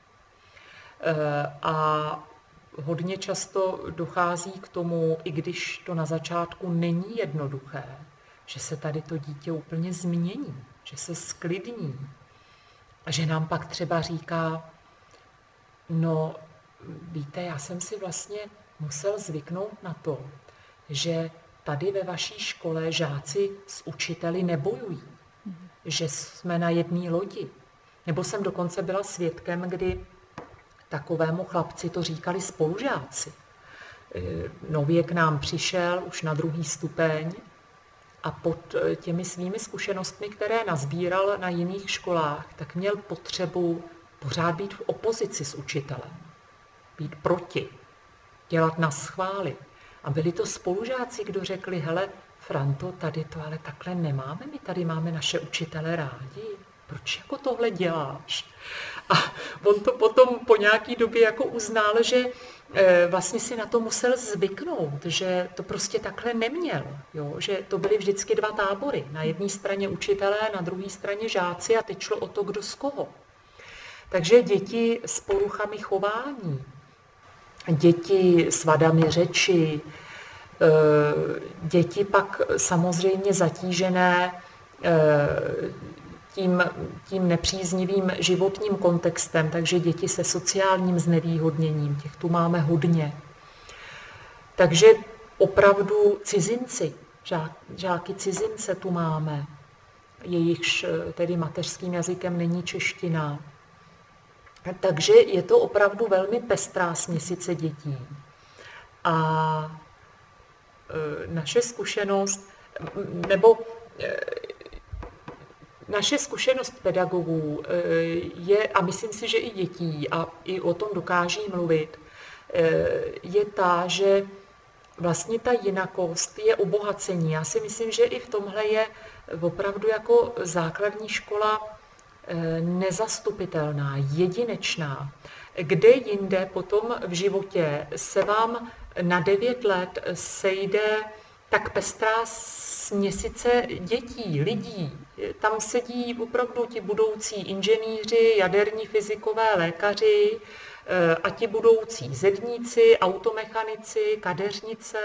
B: A hodně často dochází k tomu, i když to na začátku není jednoduché, že se tady to dítě úplně změní, že se sklidní. A že nám pak třeba říká, no víte, já jsem si vlastně musel zvyknout na to, že tady ve vaší škole žáci s učiteli nebojují, mm. že jsme na jedné lodi. Nebo jsem dokonce byla svědkem, kdy takovému chlapci to říkali spolužáci. Nově k nám přišel už na druhý stupeň a pod těmi svými zkušenostmi, které nazbíral na jiných školách, tak měl potřebu pořád být v opozici s učitelem, být proti, dělat na schvály. A byli to spolužáci, kdo řekli, hele, Franto, tady to ale takhle nemáme, my tady máme naše učitele rádi, proč jako tohle děláš? A on to potom po nějaký době jako uznal, že e, vlastně si na to musel zvyknout, že to prostě takhle neměl, jo? Že to byly vždycky dva tábory, na jedné straně učitelé, na druhé straně žáci a teď šlo o to, kdo z koho. Takže děti s poruchami chování, děti s vadami řeči, děti pak samozřejmě zatížené tím, tím nepříznivým životním kontextem, takže děti se sociálním znevýhodněním, těch tu máme hodně. Takže opravdu cizinci, žák, žáky cizince tu máme, jejichž tedy mateřským jazykem není čeština. Takže je to opravdu velmi pestrá směsice dětí. A naše zkušenost, nebo naše zkušenost pedagogů je, a myslím si, že i dětí, a i o tom dokáží mluvit, je ta, že vlastně ta jinakost je obohacení. Já si myslím, že i v tomhle je opravdu jako základní škola nezastupitelná, jedinečná. Kde jinde potom v životě se vám na devět let sejde tak pestrá směsice dětí, lidí. Tam sedí opravdu ti budoucí inženýři, jaderní fyzikové, lékaři a ti budoucí zedníci, automechanici, kadeřnice.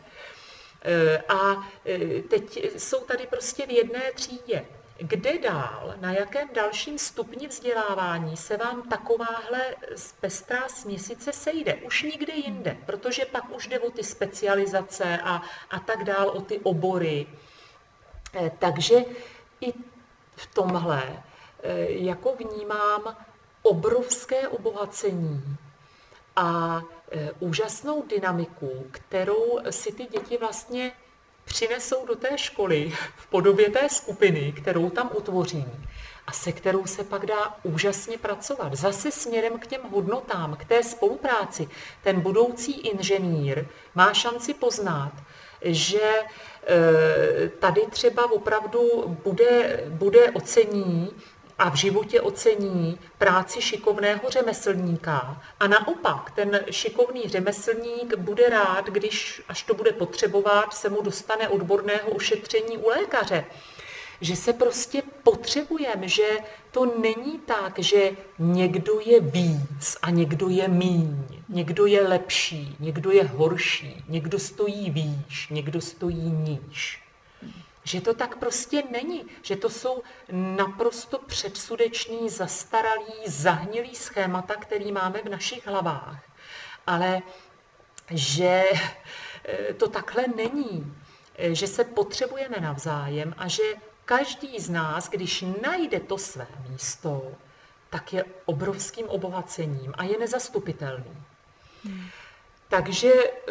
B: A teď jsou tady prostě v jedné třídě. Kde dál, na jakém dalším stupni vzdělávání se vám takováhle pestrá směsice sejde? Už nikde jinde, protože pak už jde o ty specializace a, a tak dál, o ty obory. Takže i v tomhle jako vnímám obrovské obohacení a úžasnou dynamiku, kterou si ty děti vlastně přinesou do té školy v podobě té skupiny, kterou tam utvoří a se kterou se pak dá úžasně pracovat. Zase směrem k těm hodnotám, k té spolupráci. Ten budoucí inženýr má šanci poznat, že tady třeba opravdu bude, bude ocení a v životě ocení práci šikovného řemeslníka. A naopak, ten šikovný řemeslník bude rád, když, až to bude potřebovat, se mu dostane odborného ošetření u lékaře. Že se prostě potřebujeme, že to není tak, že někdo je víc a někdo je míň, někdo je lepší, někdo je horší, někdo stojí výš, někdo stojí níž. Že to tak prostě není, že to jsou naprosto předsudeční, zastaralý, zahnilý schémata, který máme v našich hlavách. Ale že to takhle není, že se potřebujeme navzájem a že každý z nás, když najde to své místo, tak je obrovským obohacením a je nezastupitelný. Hmm. Takže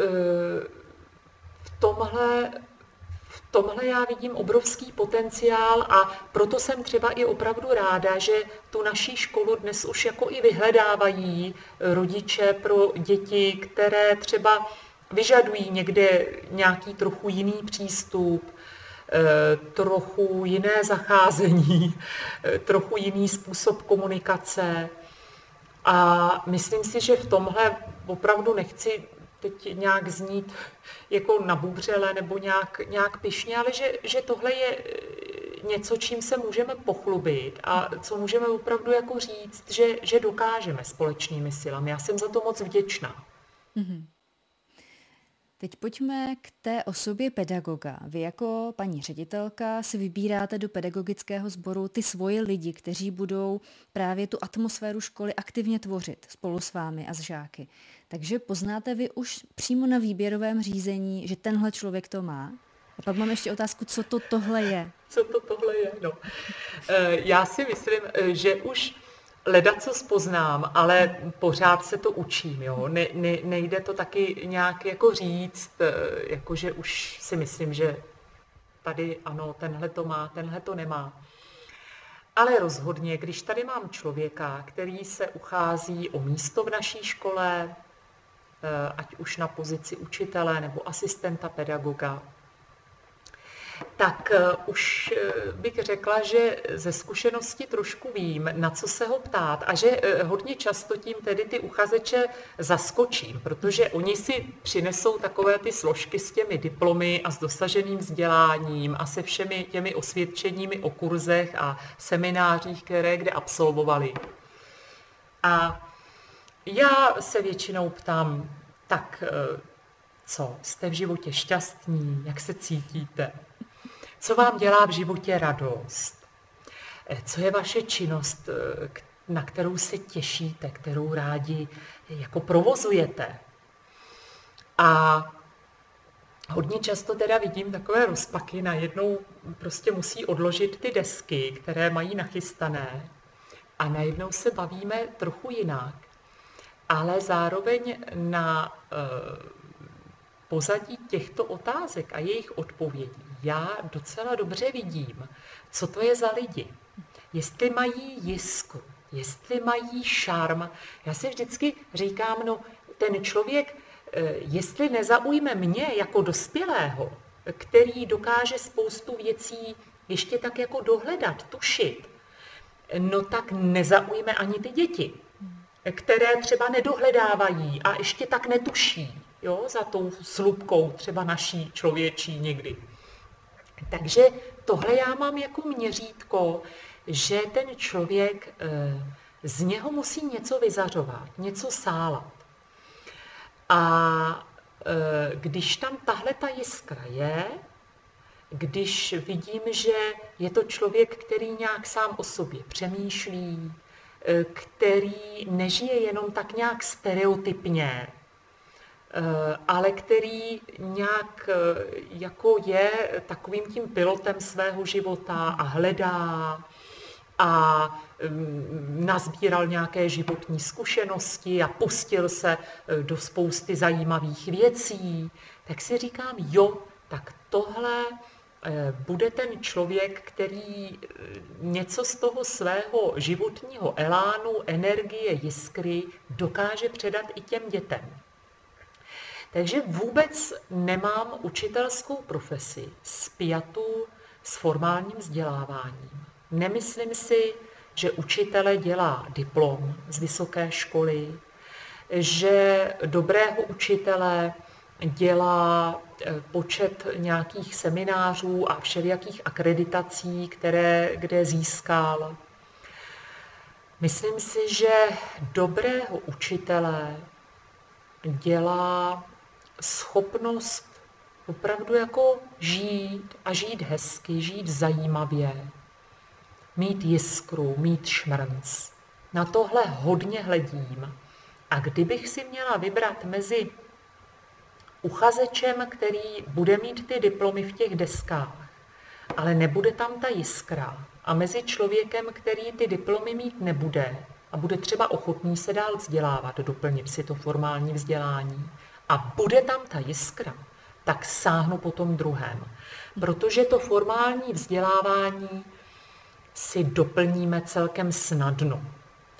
B: v tomhle V tomhle já vidím obrovský potenciál a proto jsem třeba i opravdu ráda, že tu naší školu dnes už jako i vyhledávají rodiče pro děti, které třeba vyžadují někde nějaký trochu jiný přístup, trochu jiné zacházení, trochu jiný způsob komunikace. A myslím si, že v tomhle opravdu nechci teď nějak znít jako nabubřele nebo nějak, nějak pyšně, ale že, že tohle je něco, čím se můžeme pochlubit a co můžeme opravdu jako říct, že, že dokážeme společnými silami. Já jsem za to moc vděčná.
A: Mm-hmm. Teď pojďme k té osobě pedagoga. Vy jako paní ředitelka si vybíráte do pedagogického sboru ty svoje lidi, kteří budou právě tu atmosféru školy aktivně tvořit spolu s vámi a s žáky. Takže poznáte vy už přímo na výběrovém řízení, že tenhle člověk to má? A pak mám ještě otázku, co to tohle je?
B: Co to tohle je? No. Já si myslím, že už ledacos poznám, ale pořád se to učím. Jo? Ne, ne, nejde to taky nějak jako říct, jakože už si myslím, že tady ano, tenhle to má, tenhle to nemá. Ale rozhodně, když tady mám člověka, který se uchází o místo v naší škole, ať už na pozici učitele nebo asistenta pedagoga, tak už bych řekla, že ze zkušenosti trošku vím, na co se ho ptát a že hodně často tím tedy ty uchazeče zaskočím, protože oni si přinesou takové ty složky s těmi diplomy a s dosaženým vzděláním a se všemi těmi osvědčeními o kurzech a seminářích, které kde absolvovali. A já se většinou ptám, tak co, jste v životě šťastní, jak se cítíte? Co vám dělá v životě radost? Co je vaše činnost, na kterou se těšíte, kterou rádi jako provozujete? A hodně často teda vidím takové rozpaky, najednou prostě musí odložit ty desky, které mají nachystané a najednou se bavíme trochu jinak, ale zároveň na pozadí těchto otázek a jejich odpovědí já docela dobře vidím, co to je za lidi. Jestli mají jiskru, jestli mají šarm. Já si vždycky říkám, no ten člověk, jestli nezaujme mě jako dospělého, který dokáže spoustu věcí ještě tak jako dohledat, tušit, no tak nezaujme ani ty děti, které třeba nedohledávají a ještě tak netuší. Jo, za tou slupkou třeba naší člověčí někdy. Takže tohle já mám jako měřítko, že ten člověk, z něho musí něco vyzařovat, něco sálat. A když tam tahle ta jiskra je, když vidím, že je to člověk, který nějak sám o sobě přemýšlí, který nežije jenom tak nějak stereotypně, ale který nějak jako je takovým tím pilotem svého života a hledá a nazbíral nějaké životní zkušenosti a pustil se do spousty zajímavých věcí, tak si říkám, jo, tak tohle bude ten člověk, který něco z toho svého životního elánu, energie, jiskry dokáže předat i těm dětem. Takže vůbec nemám učitelskou profesi spjatu s formálním vzděláváním. Nemyslím si, že učitele dělá diplom z vysoké školy, že dobrého učitele dělá počet nějakých seminářů a všelijakých akreditací, které kde získal. Myslím si, že dobrého učitele dělá schopnost opravdu jako žít a žít hezky, žít zajímavě, mít jiskru, mít šmrnc. Na tohle hodně hledím. A kdybych si měla vybrat mezi uchazečem, který bude mít ty diplomy v těch deskách, ale nebude tam ta jiskra, a mezi člověkem, který ty diplomy mít nebude a bude třeba ochotný se dál vzdělávat, doplnit si to formální vzdělání, a bude tam ta jiskra, tak sáhnu po tom druhém. Protože to formální vzdělávání si doplníme celkem snadno.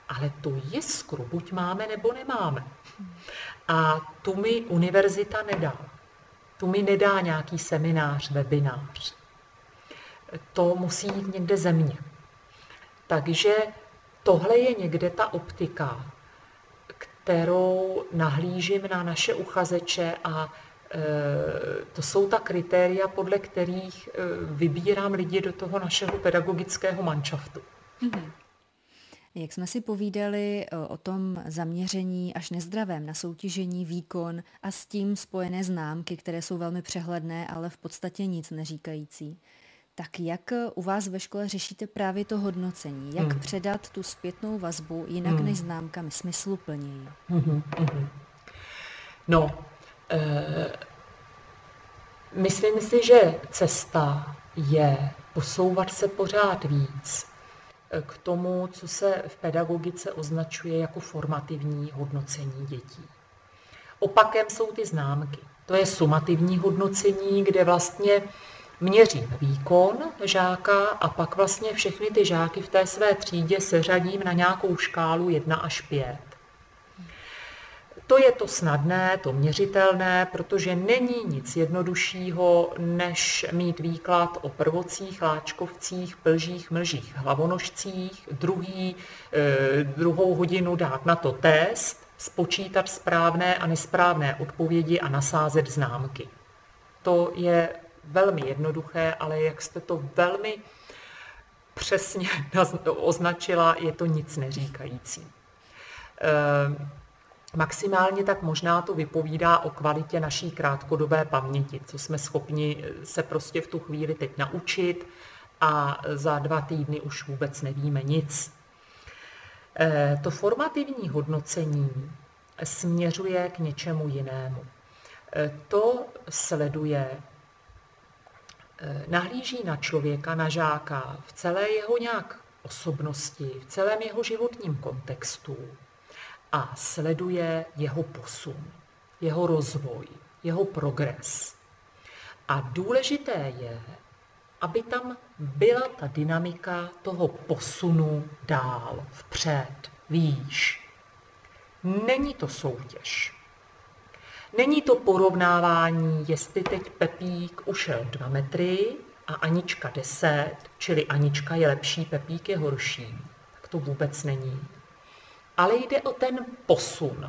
B: ale tu jiskru buď máme, nebo nemáme. A tu mi univerzita nedá. Tu mi nedá nějaký seminář, webinář. To musí jít někde ze mě. Takže tohle je někde ta optika, kterou nahlížím na naše uchazeče a e, to jsou ta kritéria, podle kterých e, vybírám lidi do toho našeho pedagogického manšaftu.
A: Mm-hmm. Jak jsme si povídali o tom zaměření až nezdravém na soutěžení, výkon a s tím spojené známky, které jsou velmi přehledné, ale v podstatě nic neříkající, tak jak u vás ve škole řešíte právě to hodnocení? Jak hmm. předat tu zpětnou vazbu jinak hmm. než známkami smysluplněji?
B: Hmm. Hmm. No, e, myslím si, že cesta je posouvat se pořád víc k tomu, co se v pedagogice označuje jako formativní hodnocení dětí. Opakem jsou ty známky. To je sumativní hodnocení, kde vlastně měřím výkon žáka a pak vlastně všechny ty žáky v té své třídě seřadím na nějakou škálu jedna až pět. To je to snadné, to měřitelné, protože není nic jednoduššího, než mít výklad o prvocích, láčkovcích, plžích, mlžích, hlavonožcích, druhý, eh, druhou hodinu dát na to test, spočítat správné a nesprávné odpovědi a nasázet známky. To je velmi jednoduché, ale jak jste to velmi přesně označila, je to nic neříkající. Eh, Maximálně tak možná to vypovídá o kvalitě naší krátkodobé paměti, co jsme schopni se prostě v tu chvíli teď naučit a za dva týdny už vůbec nevíme nic. To formativní hodnocení směřuje k něčemu jinému. To sleduje, nahlíží na člověka, na žáka v celé jeho nějak osobnosti, v celém jeho životním kontextu, a sleduje jeho posun, jeho rozvoj, jeho progres. A důležité je, aby tam byla ta dynamika toho posunu dál, vpřed, výš. Není to soutěž. Není to porovnávání, jestli teď Pepík ušel dva metry a Anička deset, čili Anička je lepší, Pepík je horší. Tak to vůbec není. Ale jde o ten posun.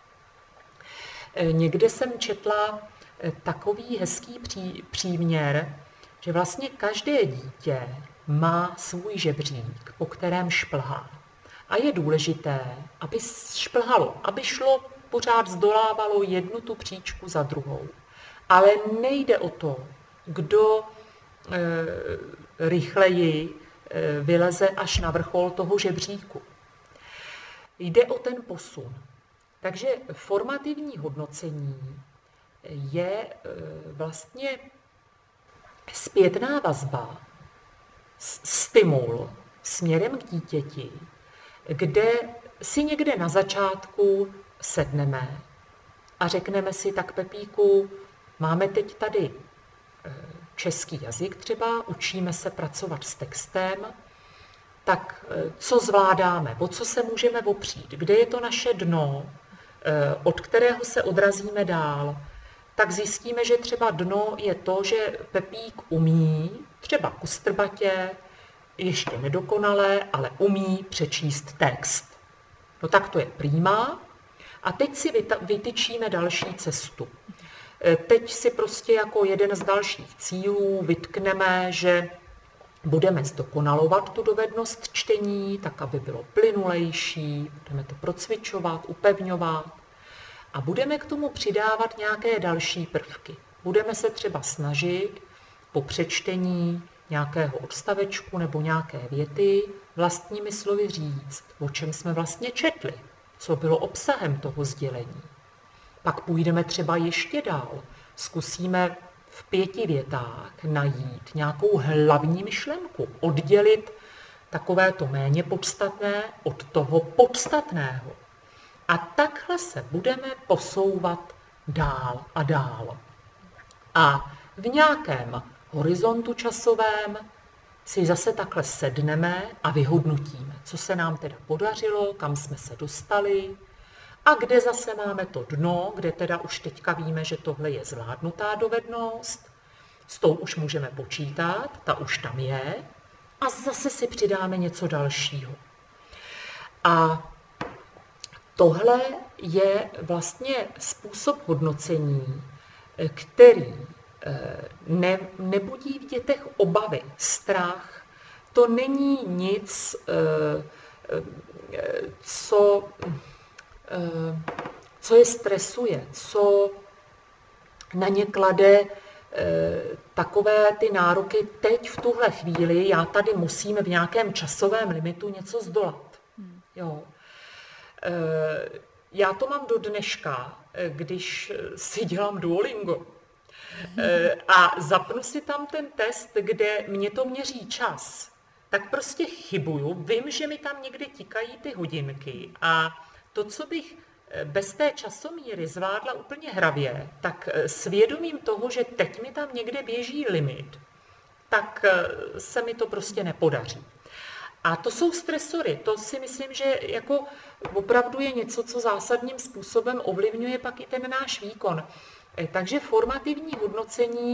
B: Někde jsem četla takový hezký pří, příměr, že vlastně každé dítě má svůj žebřík, po kterém šplhá. A je důležité, aby šplhalo, aby šlo pořád zdolávalo jednu tu příčku za druhou. Ale nejde o to, kdo e, rychleji e, vyleze až na vrchol toho žebříku. Jde o ten posun. Takže formativní hodnocení je vlastně zpětná vazba, stimul směrem k dítěti, kde si někde na začátku sedneme a řekneme si, tak Pepíku, máme teď tady český jazyk třeba, učíme se pracovat s textem, tak co zvládáme, o co se můžeme opřít, kde je to naše dno, od kterého se odrazíme dál, tak zjistíme, že třeba dno je to, že Pepík umí, třeba kustrbatě, ještě nedokonale, ale umí přečíst text. No tak to je prima. A teď si vytyčíme další cestu. Teď si prostě jako jeden z dalších cílů vytkneme, že budeme zdokonalovat tu dovednost čtení, tak aby bylo plynulejší, budeme to procvičovat, upevňovat a budeme k tomu přidávat nějaké další prvky. Budeme se třeba snažit po přečtení nějakého odstavečku nebo nějaké věty vlastními slovy říct, o čem jsme vlastně četli, co bylo obsahem toho sdělení. Pak půjdeme třeba ještě dál, zkusíme v pěti větách najít nějakou hlavní myšlenku, oddělit takové to méně podstatné od toho podstatného. A takhle se budeme posouvat dál a dál. A v nějakém horizontu časovém si zase takhle sedneme a vyhodnotíme, co se nám teda podařilo, kam jsme se dostali a kde zase máme to dno, kde teda už teďka víme, že tohle je zvládnutá dovednost, s tou už můžeme počítat, ta už tam je a zase si přidáme něco dalšího. A tohle je vlastně způsob hodnocení, který ne, nebudí v dětech obavy, strach. To není nic, co, co je stresuje, co na ně klade takové ty nároky teď v tuhle chvíli, já tady musím v nějakém časovém limitu něco zdolat. Jo. Já to mám do dneška, když si dělám Duolingo a zapnu si tam ten test, kde mě to měří čas, tak prostě chybuju, vím, že mi tam někde tikají ty hodinky a to, co bych bez té časomíry zvládla úplně hravě, tak svědomím toho, že teď mi tam někde běží limit, tak se mi to prostě nepodaří. A to jsou stresory, to si myslím, že jako opravdu je něco, co zásadním způsobem ovlivňuje pak i ten náš výkon. Takže formativní hodnocení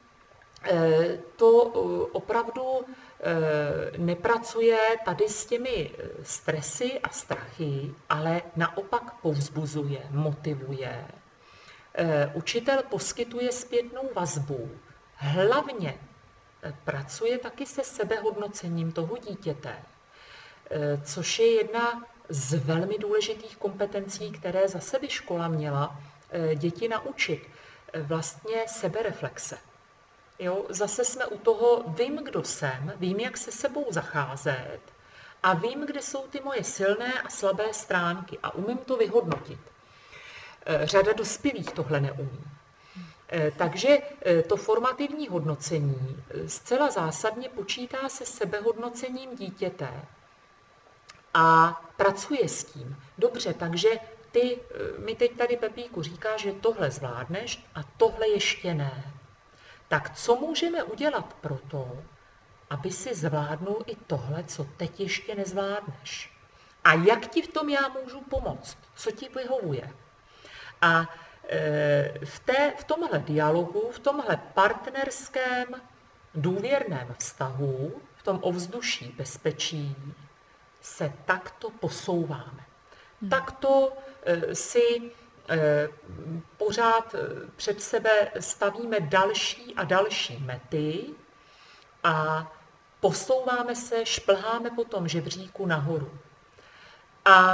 B: to opravdu nepracuje tady s těmi stresy a strachy, ale naopak povzbuzuje, motivuje. Učitel poskytuje zpětnou vazbu, hlavně pracuje taky se sebehodnocením toho dítěte, což je jedna z velmi důležitých kompetencí, které zase by škola měla děti naučit. Vlastně sebereflexe. Jo, zase jsme u toho, vím, kdo jsem, vím, jak se sebou zacházet a vím, kde jsou ty moje silné a slabé stránky a umím to vyhodnotit. Řada dospělých tohle neumí. Takže to formativní hodnocení zcela zásadně počítá se sebehodnocením dítěte a pracuje s tím. Dobře, takže ty mi teď tady, Pepíku, říká, že tohle zvládneš a tohle ještě ne. Tak co můžeme udělat pro to, aby si zvládnul i tohle, co teď ještě nezvládneš? A jak ti v tom já můžu pomoct? Co ti vyhovuje? A v, té, v tomhle dialogu, v tomhle partnerském důvěrném vztahu, v tom ovzduší bezpečí, se takto posouváme. Hmm. Takto si pořád před sebe stavíme další a další mety a posouváme se, šplháme po tom žebříku nahoru. A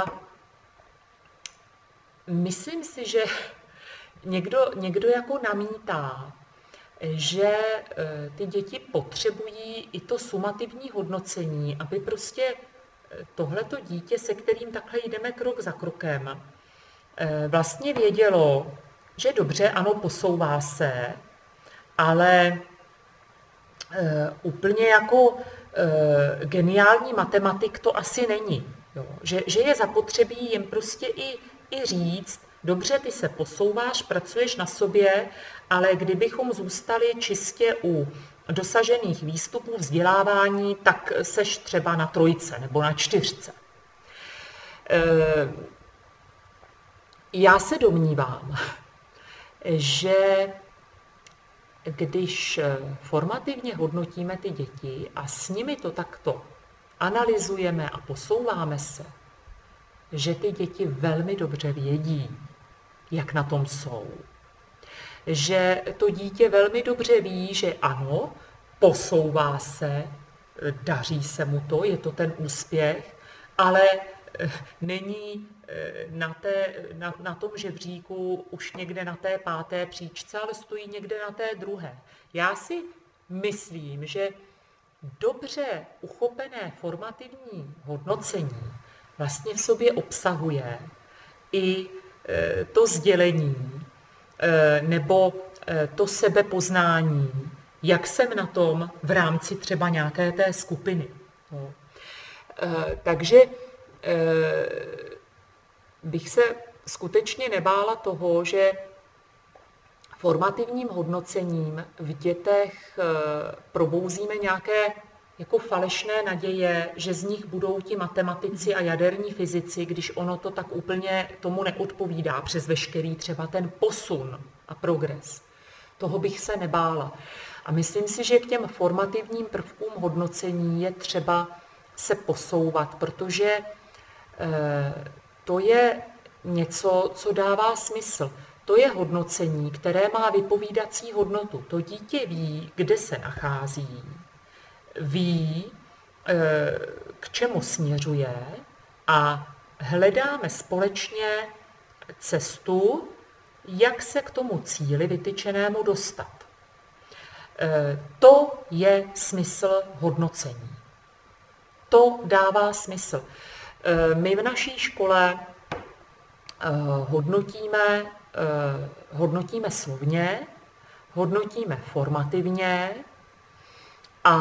B: myslím si, že někdo, někdo jako namítá, že ty děti potřebují i to sumativní hodnocení, aby prostě tohleto dítě, se kterým takhle jdeme krok za krokem, vlastně vědělo, že dobře, ano, posouvá se, ale úplně jako geniální matematik to asi není. Jo. Že, že je zapotřebí jim prostě i, i říct, dobře, ty se posouváš, pracuješ na sobě, ale kdybychom zůstali čistě u dosažených výstupů vzdělávání, tak seš třeba na trojce nebo na čtyřce. Já se domnívám, že když formativně hodnotíme ty děti a s nimi to takto analyzujeme a posouváme se, že ty děti velmi dobře vědí, jak na tom jsou. Že to dítě velmi dobře ví, že ano, posouvá se, daří se mu to, je to ten úspěch, ale není na, té, na, na tom žebříku už někde na té páté příčce, ale stojí někde na té druhé. Já si myslím, že dobře uchopené formativní hodnocení vlastně v sobě obsahuje i to sdělení nebo to sebepoznání, jak jsem na tom v rámci třeba nějaké té skupiny. No. Takže bych se skutečně nebála toho, že formativním hodnocením v dětech probouzíme nějaké jako falešné naděje, že z nich budou ti matematici a jaderní fyzici, když ono to tak úplně tomu neodpovídá přes veškerý třeba ten posun a progres. Toho bych se nebála. A myslím si, že k těm formativním prvkům hodnocení je třeba se posouvat, protože to je něco, co dává smysl. To je hodnocení, které má vypovídací hodnotu. To dítě ví, kde se nachází, ví, k čemu směřuje a hledáme společně cestu, jak se k tomu cíli vytyčenému dostat. To je smysl hodnocení. To dává smysl. My v naší škole hodnotíme, hodnotíme slovně, hodnotíme formativně a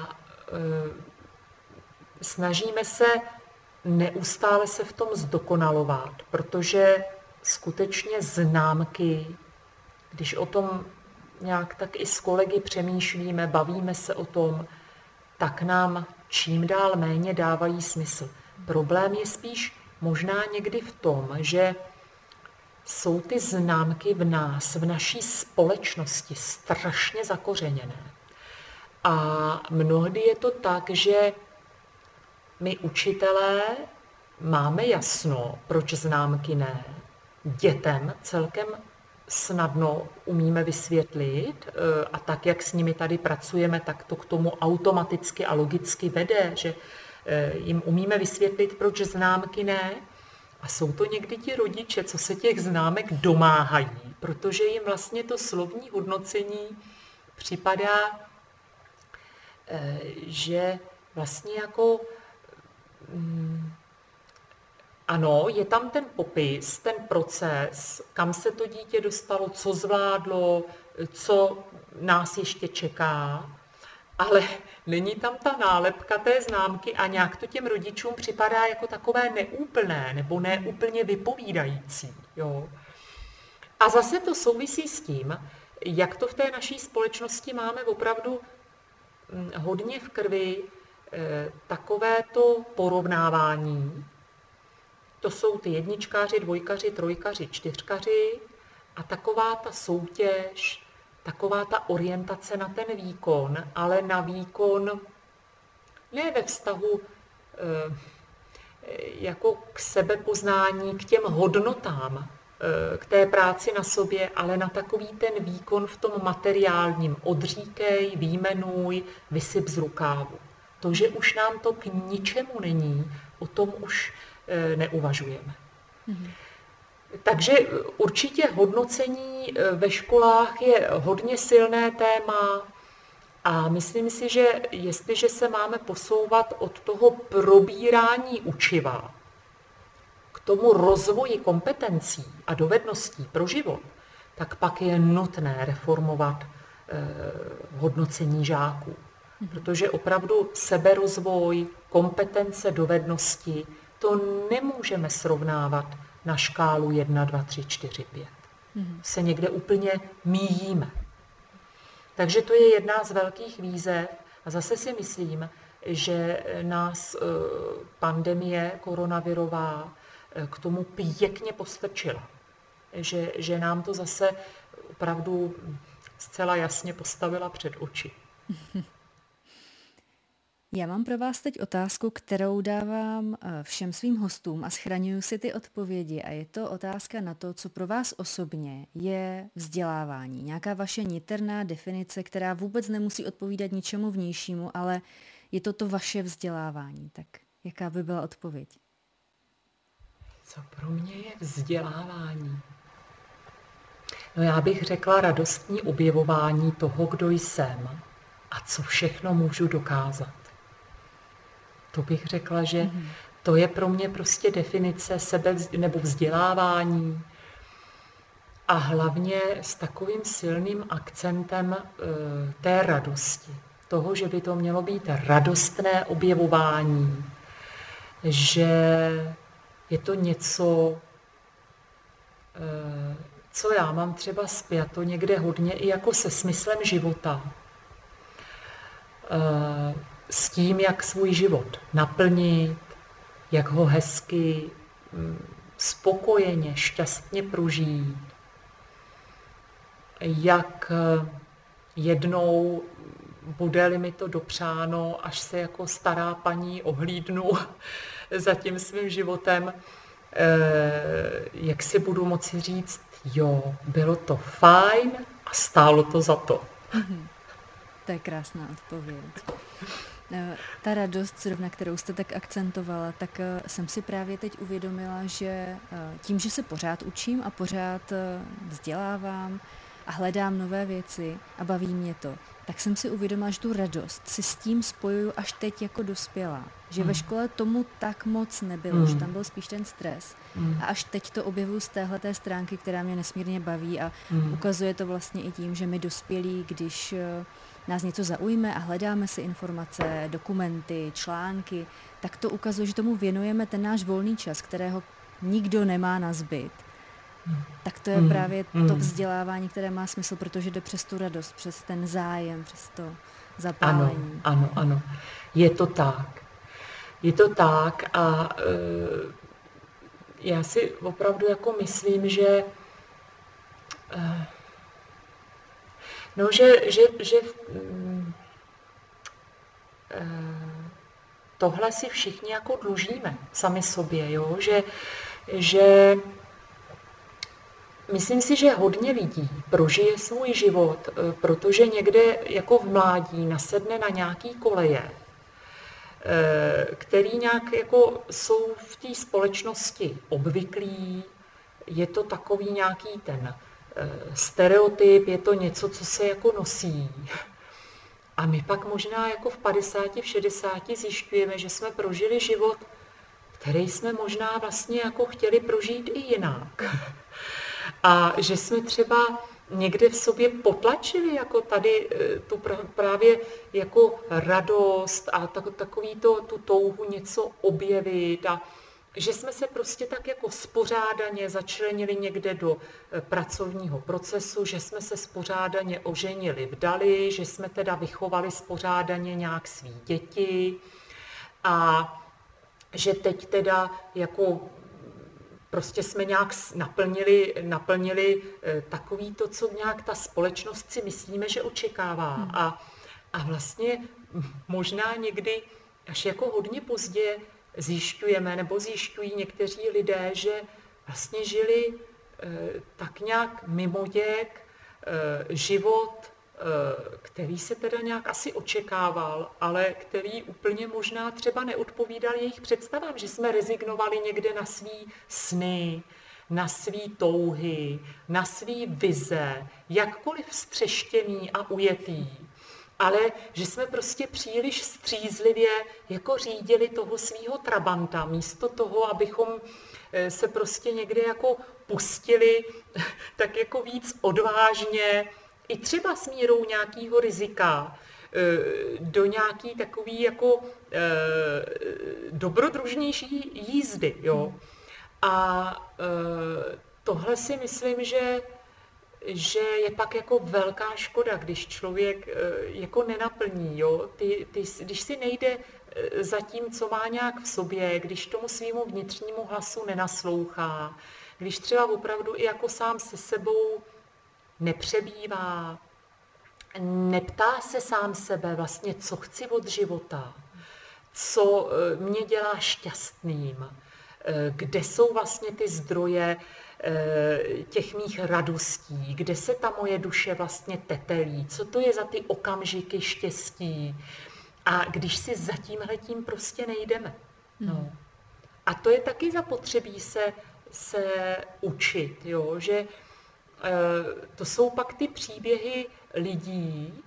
B: snažíme se neustále se v tom zdokonalovat, protože skutečně známky, když o tom nějak tak i s kolegy přemýšlíme, bavíme se o tom, tak nám čím dál méně dávají smysl. Problém je spíš možná někdy v tom, že jsou ty známky v nás, v naší společnosti strašně zakořeněné. A mnohdy je to tak, že my učitelé máme jasno, proč známky ne. Dětem celkem snadno umíme vysvětlit a tak, jak s nimi tady pracujeme, tak to k tomu automaticky a logicky vede, že jim umíme vysvětlit, proč známky ne. A jsou to někdy ti rodiče, co se těch známek domáhají, protože jim vlastně to slovní hodnocení připadá, že vlastně jako ano, je tam ten popis, ten proces, kam se to dítě dostalo, co zvládlo, co nás ještě čeká, ale není tam ta nálepka té známky a nějak to těm rodičům připadá jako takové neúplné nebo neúplně vypovídající. Jo. A zase to souvisí s tím, jak to v té naší společnosti máme opravdu hodně v krvi, takovéto porovnávání. To jsou ty jedničkáři, dvojkaři, trojkaři, čtyřkaři a taková ta soutěž, taková ta orientace na ten výkon, ale na výkon ne ve vztahu jako k sebepoznání, k těm hodnotám, k té práci na sobě, ale na takový ten výkon v tom materiálním. Odříkej, výjmenuj, vysyp z rukávu. To, že už nám to k ničemu není, o tom už neuvažujeme. Mm-hmm. Takže určitě hodnocení ve školách je hodně silné téma a myslím si, že jestliže se máme posouvat od toho probírání učiva k tomu rozvoji kompetencí a dovedností pro život, tak pak je nutné reformovat eh, hodnocení žáků. Protože opravdu seberozvoj, kompetence, dovednosti, to nemůžeme srovnávat na škálu jedna, dva, tři, čtyři, pět. Mm. Se někde úplně míjíme. Takže to je jedna z velkých výzev a zase si myslím, že nás pandemie koronavirová k tomu pěkně postrčila. Že, že nám to zase opravdu zcela jasně postavila před oči.
A: Já mám pro vás teď otázku, kterou dávám všem svým hostům a schraňuju si ty odpovědi a je to otázka na to, co pro vás osobně je vzdělávání. Nějaká vaše niterná definice, která vůbec nemusí odpovídat ničemu vnějšímu, ale je to to vaše vzdělávání. Tak jaká by byla odpověď?
B: Co pro mě je vzdělávání? No já bych řekla radostní objevování toho, kdo jsem a co všechno můžu dokázat. To bych řekla, že mm-hmm. to je pro mě prostě definice sebe nebo vzdělávání a hlavně s takovým silným akcentem e, té radosti. Toho, že by to mělo být radostné objevování, že je to něco, e, co já mám třeba spjato někde hodně i jako se smyslem života. E, s tím, jak svůj život naplnit, jak ho hezky, spokojeně, šťastně prožít, jak jednou, bude-li mi to dopřáno, až se jako stará paní ohlídnu za tím svým životem, jak si budu moci říct, jo, bylo to fajn a stálo to za to.
A: To je krásná odpověď. Ta radost, zrovna kterou jste tak akcentovala, tak jsem si právě teď uvědomila, že tím, že se pořád učím a pořád vzdělávám a hledám nové věci a baví mě to, tak jsem si uvědomila, že tu radost si s tím spojuju až teď jako dospělá. Že ve škole tomu tak moc nebylo, mm. že tam byl spíš ten stres. Mm. A až teď to objevuju z téhleté stránky, která mě nesmírně baví a mm. ukazuje to vlastně i tím, že my dospělí, když nás něco zaujme a hledáme si informace, dokumenty, články, tak to ukazuje, že tomu věnujeme ten náš volný čas, kterého nikdo nemá nazbyt. Tak to je mm, právě mm. to vzdělávání, které má smysl, protože jde přes tu radost, přes ten zájem, přes to zapálení.
B: Ano, ano, ano. Je to tak. Je to tak a e, já si opravdu jako myslím, že e, no, že, že, že e, tohle si všichni jako dlužíme sami sobě, jo? Že, že myslím si, že hodně lidí prožije svůj život, protože někde jako v mládí nasedne na nějaký koleje, který nějak jako jsou v té společnosti obvyklí, je to takový nějaký ten stereotyp, je to něco, co se jako nosí. A my pak možná jako v padesáti, v šedesáti zjišťujeme, že jsme prožili život, který jsme možná vlastně jako chtěli prožít i jinak. A že jsme třeba někde v sobě potlačili jako tady tu právě jako radost a takový to, tu touhu něco objevit a že jsme se prostě tak jako spořádaně začlenili někde do pracovního procesu, že jsme se spořádaně oženili, vdali, že jsme teda vychovali spořádaně nějak svý děti a že teď teda jako prostě jsme nějak naplnili, naplnili takový to, co nějak ta společnost si myslíme, že očekává. Hmm. A, a vlastně možná někdy až jako hodně pozdě zjišťujeme, nebo zjišťují někteří lidé, že vlastně žili e, tak nějak mimoděk e, život, e, který se teda nějak asi očekával, ale který úplně možná třeba neodpovídal jejich představám, že jsme rezignovali někde na svý sny, na svý touhy, na svý vize, jakkoliv střeštěný a ujetý. Ale že jsme prostě příliš střízlivě jako řídili toho svýho trabanta, místo toho, abychom se prostě někde jako pustili tak jako víc odvážně, i třeba s mírou nějakého rizika, do nějaký takový jako dobrodružnější jízdy. Jo? A tohle si myslím, že že je pak jako velká škoda, když člověk jako nenaplní, jo? Ty, ty, když si nejde za tím, co má nějak v sobě, když tomu svýmu vnitřnímu hlasu nenaslouchá, když třeba opravdu i jako sám se sebou nepřebývá, neptá se sám sebe vlastně, co chci od života, co mě dělá šťastným, kde jsou vlastně ty zdroje těch mých radostí, kde se ta moje duše vlastně tetelí, co to je za ty okamžiky štěstí. A když si za tímhletím prostě nejdeme. No. A to je taky zapotřebí se, se učit, jo? Že to jsou pak ty příběhy lidí,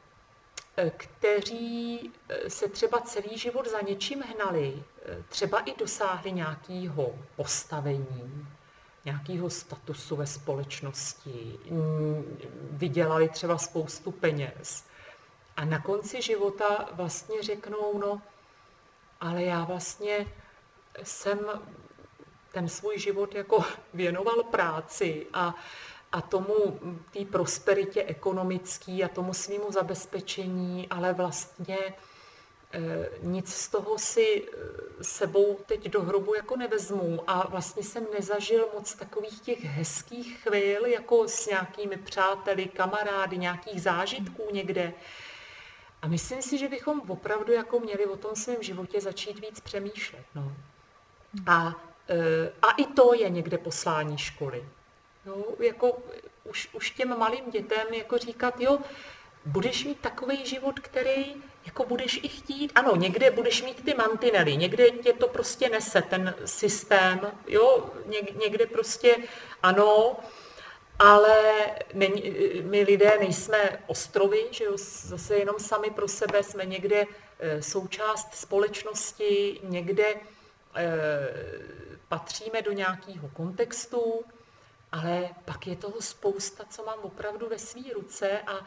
B: kteří se třeba celý život za něčím hnali, třeba i dosáhli nějakého postavení, nějakého statusu ve společnosti, vydělali třeba spoustu peněz. A na konci života vlastně řeknou, no, ale já vlastně jsem ten svůj život jako věnoval práci a, a tomu, té prosperitě ekonomické a tomu svýmu zabezpečení, ale vlastně nic z toho si sebou teď do hrobu jako nevezmu a vlastně jsem nezažil moc takových těch hezkých chvil, jako s nějakými přáteli, kamarády, nějakých zážitků někde. A myslím si, že bychom opravdu jako měli o tom svém životě začít víc přemýšlet. No. A, a i to je někde poslání školy. No, jako už, už těm malým dětem jako říkat, jo, budeš mít takový život, který jako budeš i chtít. Ano, někde budeš mít ty mantinely, někde tě to prostě nese, ten systém, jo, někde prostě ano, ale není, my lidé nejsme ostrovy, že jo, zase jenom sami pro sebe, jsme někde součást společnosti, někde eh, patříme do nějakého kontextu, ale pak je toho spousta, co mám opravdu ve své ruce a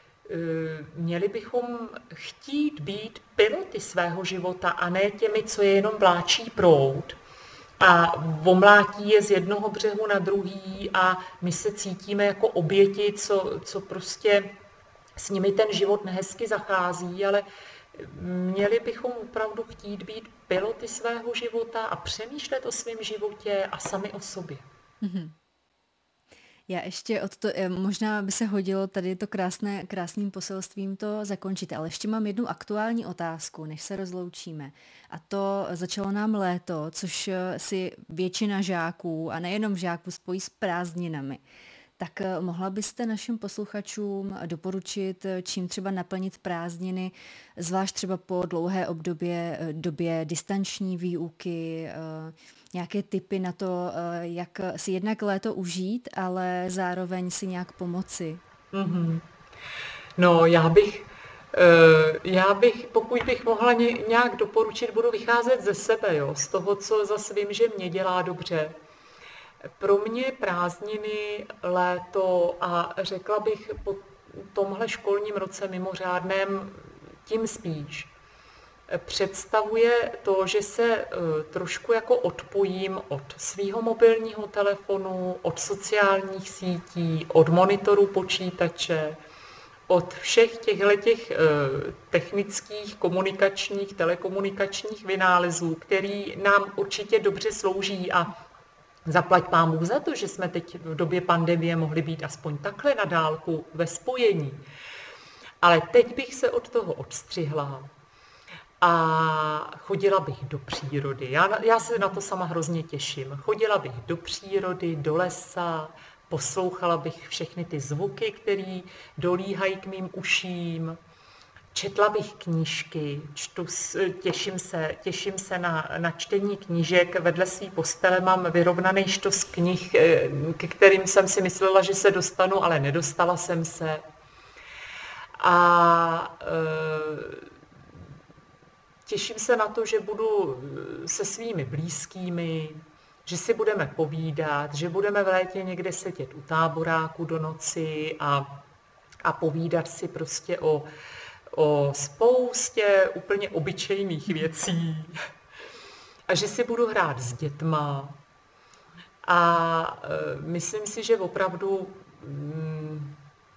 B: měli bychom chtít být piloty svého života a ne těmi, co je jenom vláčí proud a omlátí je z jednoho břehu na druhý a my se cítíme jako oběti, co, co prostě s nimi ten život nehezky zachází, ale měli bychom opravdu chtít být piloty svého života a přemýšlet o svém životě a sami o sobě.
A: Mm-hmm. Já ještě od to, možná by se hodilo tady to krásné, krásným poselstvím to zakončit, ale ještě mám jednu aktuální otázku, než se rozloučíme. A to začalo nám léto, což si většina žáků, a nejenom žáků, spojí s prázdninami. Tak mohla byste našim posluchačům doporučit, čím třeba naplnit prázdniny, zvlášť třeba po dlouhé obdobě, době distanční výuky, nějaké tipy na to, jak si jednak léto užít, ale zároveň si nějak pomoci?
B: Mm-hmm. No, já bych, já bych, pokud bych mohla nějak doporučit, budu vycházet ze sebe, jo, z toho, co zase vím, že mě dělá dobře. Pro mě prázdniny, léto a řekla bych po tomhle školním roce mimořádném tím spíš představuje to, že se trošku jako odpojím od svého mobilního telefonu, od sociálních sítí, od monitoru počítače, od všech těchto technických, komunikačních, telekomunikačních vynálezů, který nám určitě dobře slouží a zaplať pánbůh za to, že jsme teď v době pandemie mohli být aspoň takhle na dálku ve spojení. Ale teď bych se od toho odstřihla a chodila bych do přírody. Já, já se na to sama hrozně těším. Chodila bych do přírody, do lesa, poslouchala bych všechny ty zvuky, které dolíhají k mým uším. Četla bych knížky, čtu, těším se, těším se na, na čtení knížek. Vedle svý postele mám vyrovnaný štos knih, ke kterým jsem si myslela, že se dostanu, ale nedostala jsem se. A e, těším se na to, že budu se svými blízkými, že si budeme povídat, že budeme v létě někde sedět u táboráku do noci a, a povídat si prostě o o spoustě úplně obyčejných věcí a že si budu hrát s dětma a e, myslím si, že opravdu mm,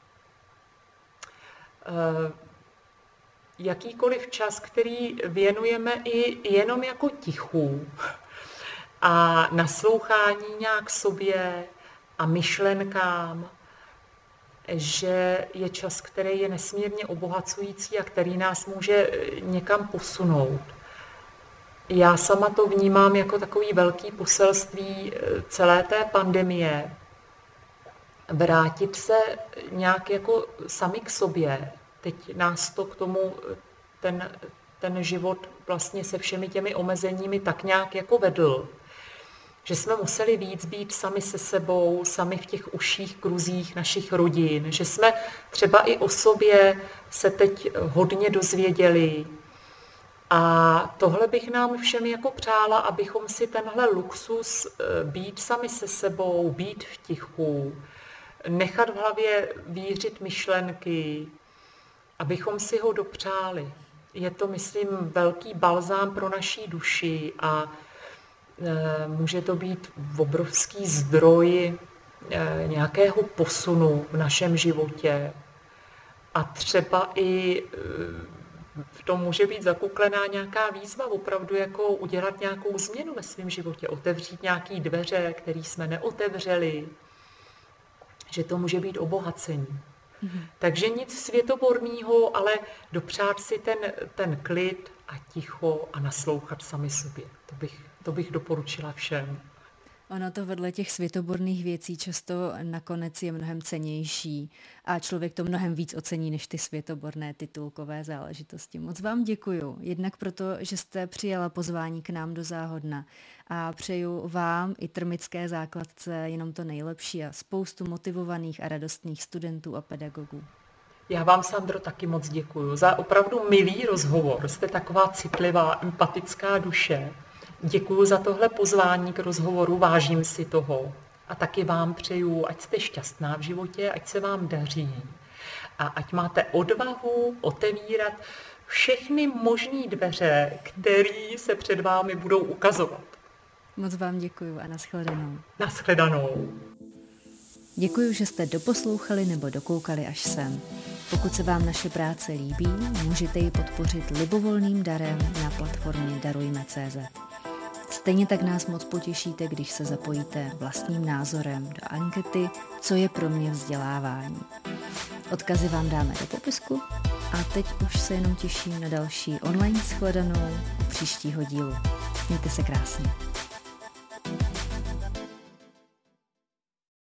B: e, jakýkoliv čas, který věnujeme i jenom jako tichu a naslouchání nějak sobě a myšlenkám, že je čas, který je nesmírně obohacující a který nás může někam posunout. Já sama to vnímám jako takový velký poselství celé té pandemie. Vrátit se nějak jako sami k sobě. Teď nás to k tomu ten, ten život vlastně se všemi těmi omezeními tak nějak jako vedl. Že jsme museli víc být sami se sebou, sami v těch užších kruzích našich rodin, že jsme třeba i o sobě se teď hodně dozvěděli. A tohle bych nám všem jako přála, abychom si tenhle luxus být sami se sebou, být v tichu, nechat v hlavě vířit myšlenky, abychom si ho dopřáli. Je to, myslím, velký balzám pro naší duši a může to být obrovský zdroj nějakého posunu v našem životě a třeba i v tom může být zakuklená nějaká výzva, opravdu jako udělat nějakou změnu ve svém životě, otevřít nějaké dveře, které jsme neotevřeli, že to může být obohacení. Mm-hmm. Takže nic světoborného, ale dopřát si ten, ten klid a ticho a naslouchat sami sobě. To bych, to bych doporučila všem.
A: Ono to vedle těch světoborných věcí často nakonec je mnohem cennější a člověk to mnohem víc ocení než ty světoborné titulkové záležitosti. Moc vám děkuju, jednak proto, že jste přijala pozvání k nám do Záhodna a přeju vám i Trmické základce jenom to nejlepší a spoustu motivovaných a radostných studentů a pedagogů.
B: Já vám, Sandro, taky moc děkuju za opravdu milý rozhovor. Jste taková citlivá, empatická duše. Děkuju za tohle pozvání k rozhovoru, vážím si toho. A taky vám přeju, ať jste šťastná v životě, ať se vám daří. A ať máte odvahu otevírat všechny možné dveře, které se před vámi budou ukazovat.
A: Moc vám děkuju a nashledanou.
B: Nashledanou.
A: Děkuju, že jste doposlouchali nebo dokoukali až sem. Pokud se vám naše práce líbí, můžete ji podpořit libovolným darem na platformě darujme tečka cé zet. Stejně tak nás moc potěšíte, když se zapojíte vlastním názorem do ankety Co je pro mě vzdělávání. Odkazy vám dáme do popisku a teď už se jenom těším na další online shledanou příštího dílu. Mějte se krásně.